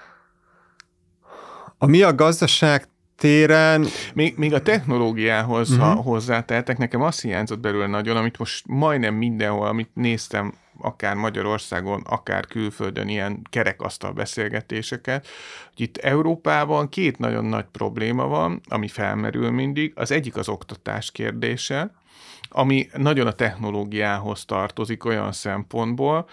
Ami a gazdaság téren... Még, még a technológiához, uh-huh. ha hozzátehetek, nekem azt hiányzott belőle nagyon, amit most majdnem mindenhol, amit néztem, akár Magyarországon, akár külföldön ilyen kerekasztal beszélgetéseket, hogy itt Európában két nagyon nagy probléma van, ami felmerül mindig. Az egyik az oktatás kérdése, ami nagyon a technológiához tartozik olyan szempontból,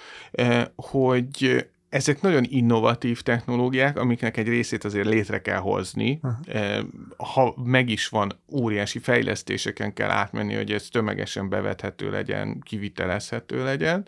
hogy ezek nagyon innovatív technológiák, amiknek egy részét azért létre kell hozni. Uh-huh. Ha meg is van, óriási fejlesztéseken kell átmenni, hogy ez tömegesen bevethető legyen, kivitelezhető legyen.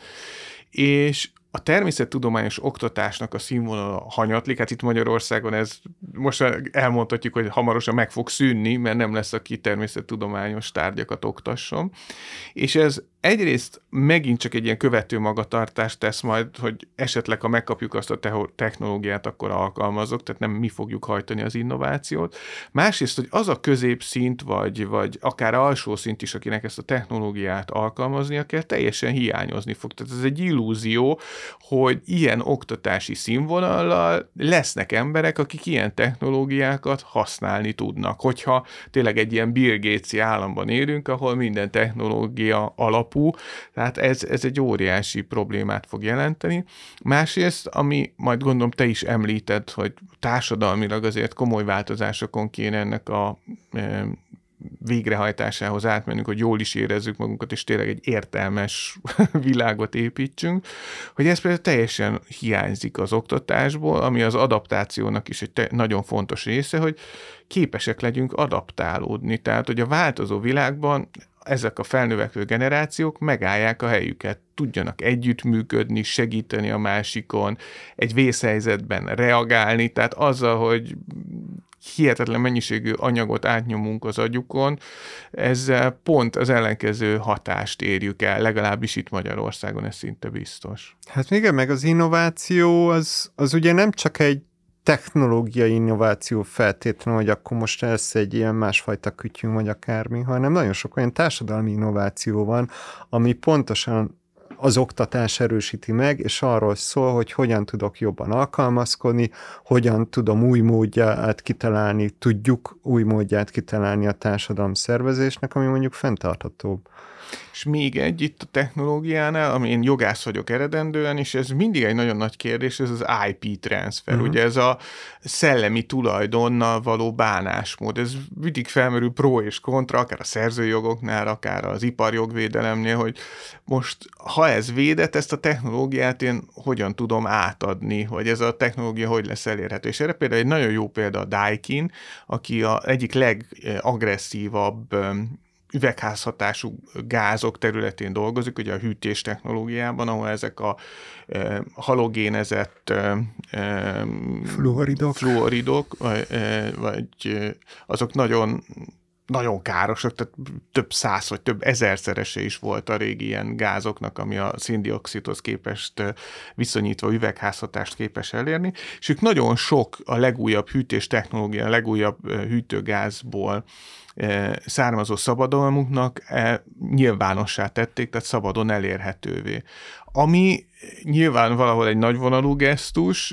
És a természettudományos oktatásnak a színvonala hanyatlik, hát itt Magyarországon ez most elmondhatjuk, hogy hamarosan meg fog szűnni, mert nem lesz, aki természettudományos tárgyakat oktasson. És ez egyrészt megint csak egy ilyen követő magatartást tesz majd, hogy esetleg, ha megkapjuk azt a te- technológiát, akkor alkalmazok, tehát nem mi fogjuk hajtani az innovációt. Másrészt, hogy az a középszint, vagy, vagy akár alsó szint is, akinek ezt a technológiát alkalmaznia kell, teljesen hiányozni fog. Tehát ez egy illúzió, hogy ilyen oktatási színvonallal lesznek emberek, akik ilyen technológiákat használni tudnak. Hogyha tényleg egy ilyen Bill Gates-i államban élünk, ahol minden technológia alapú, tehát ez, ez egy óriási problémát fog jelenteni. Másrészt, ami majd gondolom te is említed, hogy társadalmilag azért komoly változásokon kéne ennek a e, végrehajtásához átmennünk, hogy jól is érezzük magunkat, és tényleg egy értelmes világot építsünk, hogy ez például teljesen hiányzik az oktatásból, ami az adaptációnak is egy te- nagyon fontos része, hogy képesek legyünk adaptálódni. Tehát, hogy a változó világban ezek a felnövekvő generációk megállják a helyüket, tudjanak együttműködni, segíteni a másikon, egy vészhelyzetben reagálni, tehát azzal, hogy hihetetlen mennyiségű anyagot átnyomunk az agyukon, ezzel pont az ellenkező hatást érjük el, legalábbis itt Magyarországon, ez szinte biztos. Hát igen, meg az innováció az, az ugye nem csak egy technológiai innováció feltétlenül, hogy akkor most lesz egy ilyen másfajta kütyünk, vagy akármi, hanem nagyon sok olyan társadalmi innováció van, ami pontosan az oktatás erősíti meg, és arról szól, hogy hogyan tudok jobban alkalmazkodni, hogyan tudom új módját kitalálni, tudjuk új módját kitalálni a társadalom szervezésnek, ami mondjuk fenntarthatóbb. És még egy itt a technológiánál, ami én jogász vagyok eredendően, és ez mindig egy nagyon nagy kérdés, ez az i pé transfer, uh-huh. ugye ez a szellemi tulajdonnal való bánásmód. Ez mindig felmerül pro és kontra, akár a szerzői jogoknál, akár az iparjogvédelemnél, hogy most, ha ez védett, ezt a technológiát én hogyan tudom átadni, hogy ez a technológia hogy lesz elérhető. És erre például egy nagyon jó példa a Daikin, aki a egyik legagresszívabb üvegházhatású gázok területén dolgozik, ugye a hűtés technológiában, ahol ezek a e, halogénezett e, e, fluoridok, fluoridok vagy, e, vagy azok nagyon nagyon károsak, tehát több száz vagy több ezerszerese is volt a régi ilyen gázoknak, ami a széndioxidhoz képest viszonyítva üvegházhatást képes elérni, és ők nagyon sok a legújabb hűtés technológia, a legújabb hűtőgázból származó szabadalmuknak nyilvánossá tették, tehát szabadon elérhetővé. Ami nyilván valahol egy nagyvonalú gesztus,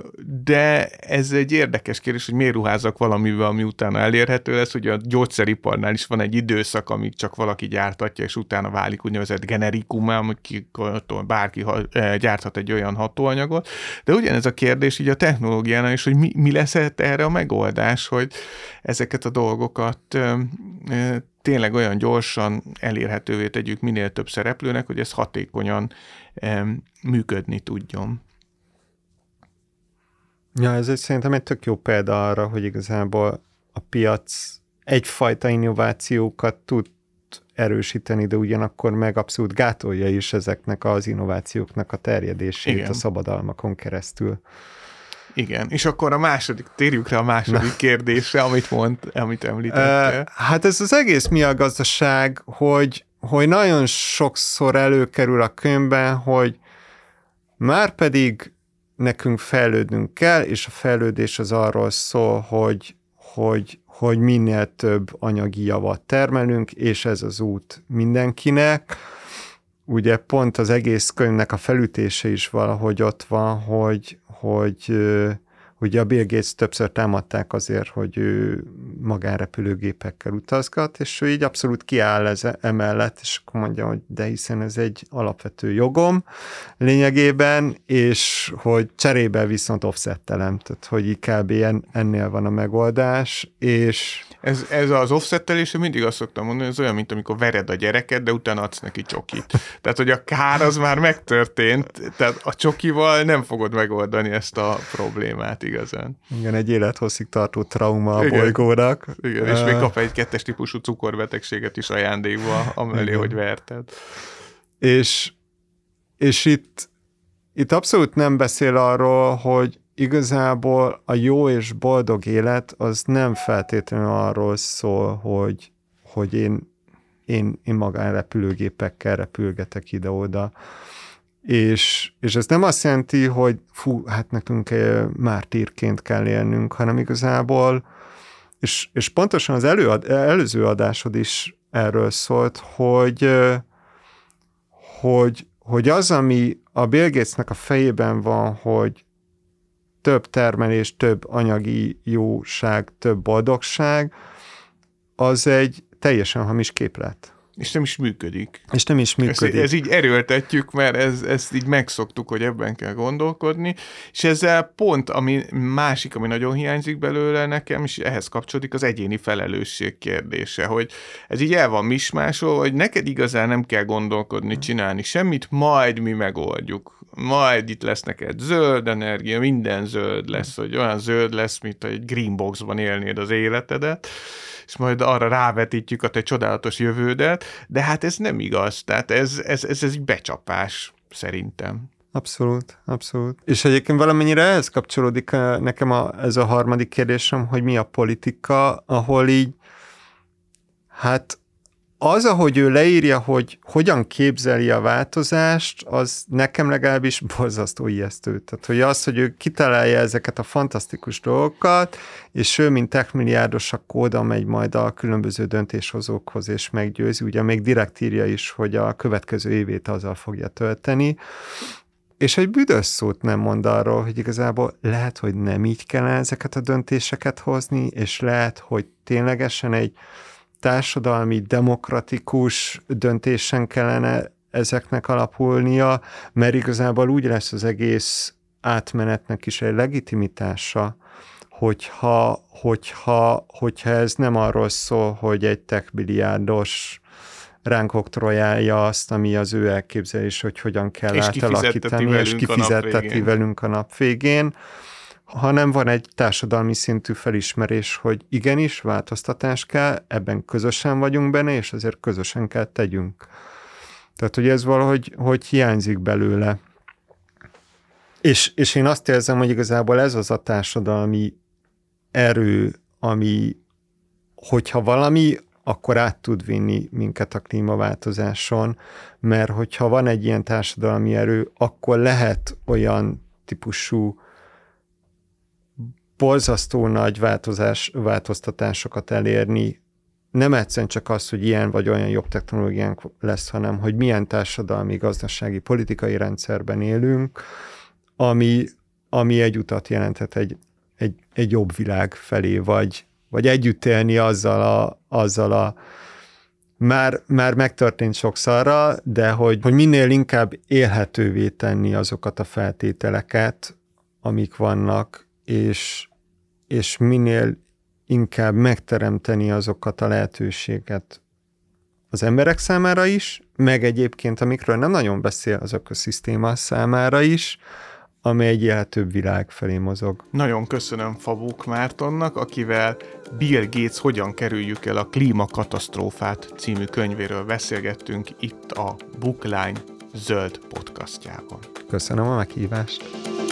de ez egy érdekes kérdés, hogy miért ruházzak valamivel, ami utána elérhető lesz. Ugye a gyógyszeriparnál is van egy időszak, amíg csak valaki gyártatja, és utána válik úgynevezett generikumá, amikor bárki gyárthat egy olyan hatóanyagot. De ugyanez a kérdés így a technológiánál is, hogy mi, mi lesz erre a megoldás, hogy ezeket a dolgokat tényleg olyan gyorsan elérhetővé tegyük minél több szereplőnek, hogy ez hatékonyan em, működni tudjon. Ja, ez egy, szerintem egy tök jó példa arra, hogy igazából a piac egyfajta innovációkat tud erősíteni, de ugyanakkor meg abszolút gátolja is ezeknek az innovációknak a terjedését. Igen. A szabadalmakon keresztül. Igen, és akkor a második, térjük rá a második Na. kérdésre, amit mond, amit említettél. Uh, hát ez az egész mi a gazdaság, hogy, hogy nagyon sokszor előkerül a könyvben, hogy már pedig nekünk fejlődnünk kell, és a fejlődés az arról szól, hogy, hogy, hogy minél több anyagi javat termelünk, és ez az út mindenkinek. Ugye pont az egész könyvnek a felütése is valahogy ott van, hogy, hogy ugye a Bill Gates többször támadták azért, hogy ő magánrepülőgépekkel utazgat, és ő így abszolút kiáll ez emellett, és akkor mondja, hogy de hiszen ez egy alapvető jogom lényegében, és hogy cserébe viszont offsettelem, tehát hogy kb. Ennél van a megoldás, és... Ez, ez az offsettelésre mindig azt szoktam mondani, ez olyan, mint amikor vered a gyereket, de utána adsz neki csokit. Tehát, hogy a kár az már megtörtént, tehát a csokival nem fogod megoldani ezt a problémát igazán. Igen, egy élethosszig tartó trauma a Igen. bolygónak. Igen, és uh... még kap egy kettes típusú cukorbetegséget is ajándékba, amellé, Igen. hogy verted. És, és itt, itt abszolút nem beszél arról, hogy igazából a jó és boldog élet az nem feltétlenül arról szól, hogy, hogy én, én, én magánrepülőgépekkel repülgetek ide-oda. És, és ez nem azt jelenti, hogy fú, hát nekünk mártírként kell élnünk, hanem igazából, és, és pontosan az előad, előző adásod is erről szólt, hogy, hogy, hogy az, ami a Bill Gatesnek a fejében van, hogy több termelés, több anyagi jóság, több boldogság, az egy teljesen hamis képlet. És nem is működik. És nem is működik. Ez, ez így erőltetjük, mert ez, ezt így megszoktuk, hogy ebben kell gondolkodni, és ezzel pont, ami másik, ami nagyon hiányzik belőle nekem, és ehhez kapcsolódik az egyéni felelősség kérdése, hogy ez így el van mismásolva, hogy neked igazán nem kell gondolkodni, csinálni semmit, majd mi megoldjuk. Majd itt lesz neked zöld energia, minden zöld lesz, hogy olyan zöld lesz, mint egy greenboxban élnéd az életedet, és majd arra rávetítjük a te csodálatos jövődet, de hát ez nem igaz, tehát ez, ez, ez, ez egy becsapás szerintem. Abszolút, abszolút. És egyébként valamennyire ehhez kapcsolódik nekem a, ez a harmadik kérdésem, hogy mi a politika, ahol így, hát az, ahogy ő leírja, hogy hogyan képzeli a változást, az nekem legalábbis borzasztó ijesztő. Tehát, hogy az, hogy ő kitalálja ezeket a fantasztikus dolgokat, és ő, mint techmilliárdos, akkor oda megy majd a különböző döntéshozókhoz, és meggyőzi. Ugye még direkt írja is, hogy a következő évét azzal fogja tölteni. És egy büdös szót nem mond arról, hogy igazából lehet, hogy nem így kellene ezeket a döntéseket hozni, és lehet, hogy ténylegesen egy társadalmi, demokratikus döntésen kellene ezeknek alapulnia, mert igazából úgy lesz az egész átmenetnek is egy legitimitása, hogyha, hogyha, hogyha ez nem arról szól, hogy egy techmilliárdos ránk oktrojálja azt, ami az ő elképzelés, hogy hogyan kell és átalakítani, és kifizetteti velünk a nap végén, hanem van egy társadalmi szintű felismerés, hogy igenis, változtatás kell, ebben közösen vagyunk benne, és azért közösen kell tegyünk. Tehát, hogy ez valahogy hogy hiányzik belőle. És, és én azt érzem, hogy igazából ez az a társadalmi erő, ami, hogyha valami, akkor át tud vinni minket a klímaváltozáson, mert hogyha van egy ilyen társadalmi erő, akkor lehet olyan típusú borzasztó nagy változás, változtatásokat elérni, nem egyszerűen csak az, hogy ilyen vagy olyan jobb technológiánk lesz, hanem hogy milyen társadalmi, gazdasági, politikai rendszerben élünk, ami, ami egy utat jelenthet egy, egy, egy jobb világ felé, vagy, vagy együtt élni azzal a, azzal a már, már megtörtént sokszorra, de hogy, hogy minél inkább élhetővé tenni azokat a feltételeket, amik vannak, és, és minél inkább megteremteni azokat a lehetőséget, az emberek számára is, meg egyébként, amikről nem nagyon beszél, az ökoszisztéma számára is, ami egy élhetőbb világ felé mozog. Nagyon köszönöm Fabók Mártonnak, akivel Bill Gates Hogyan kerüljük el a klímakatasztrófát című könyvéről beszélgettünk itt a Bookline zöld podcastjában. Köszönöm a meghívást!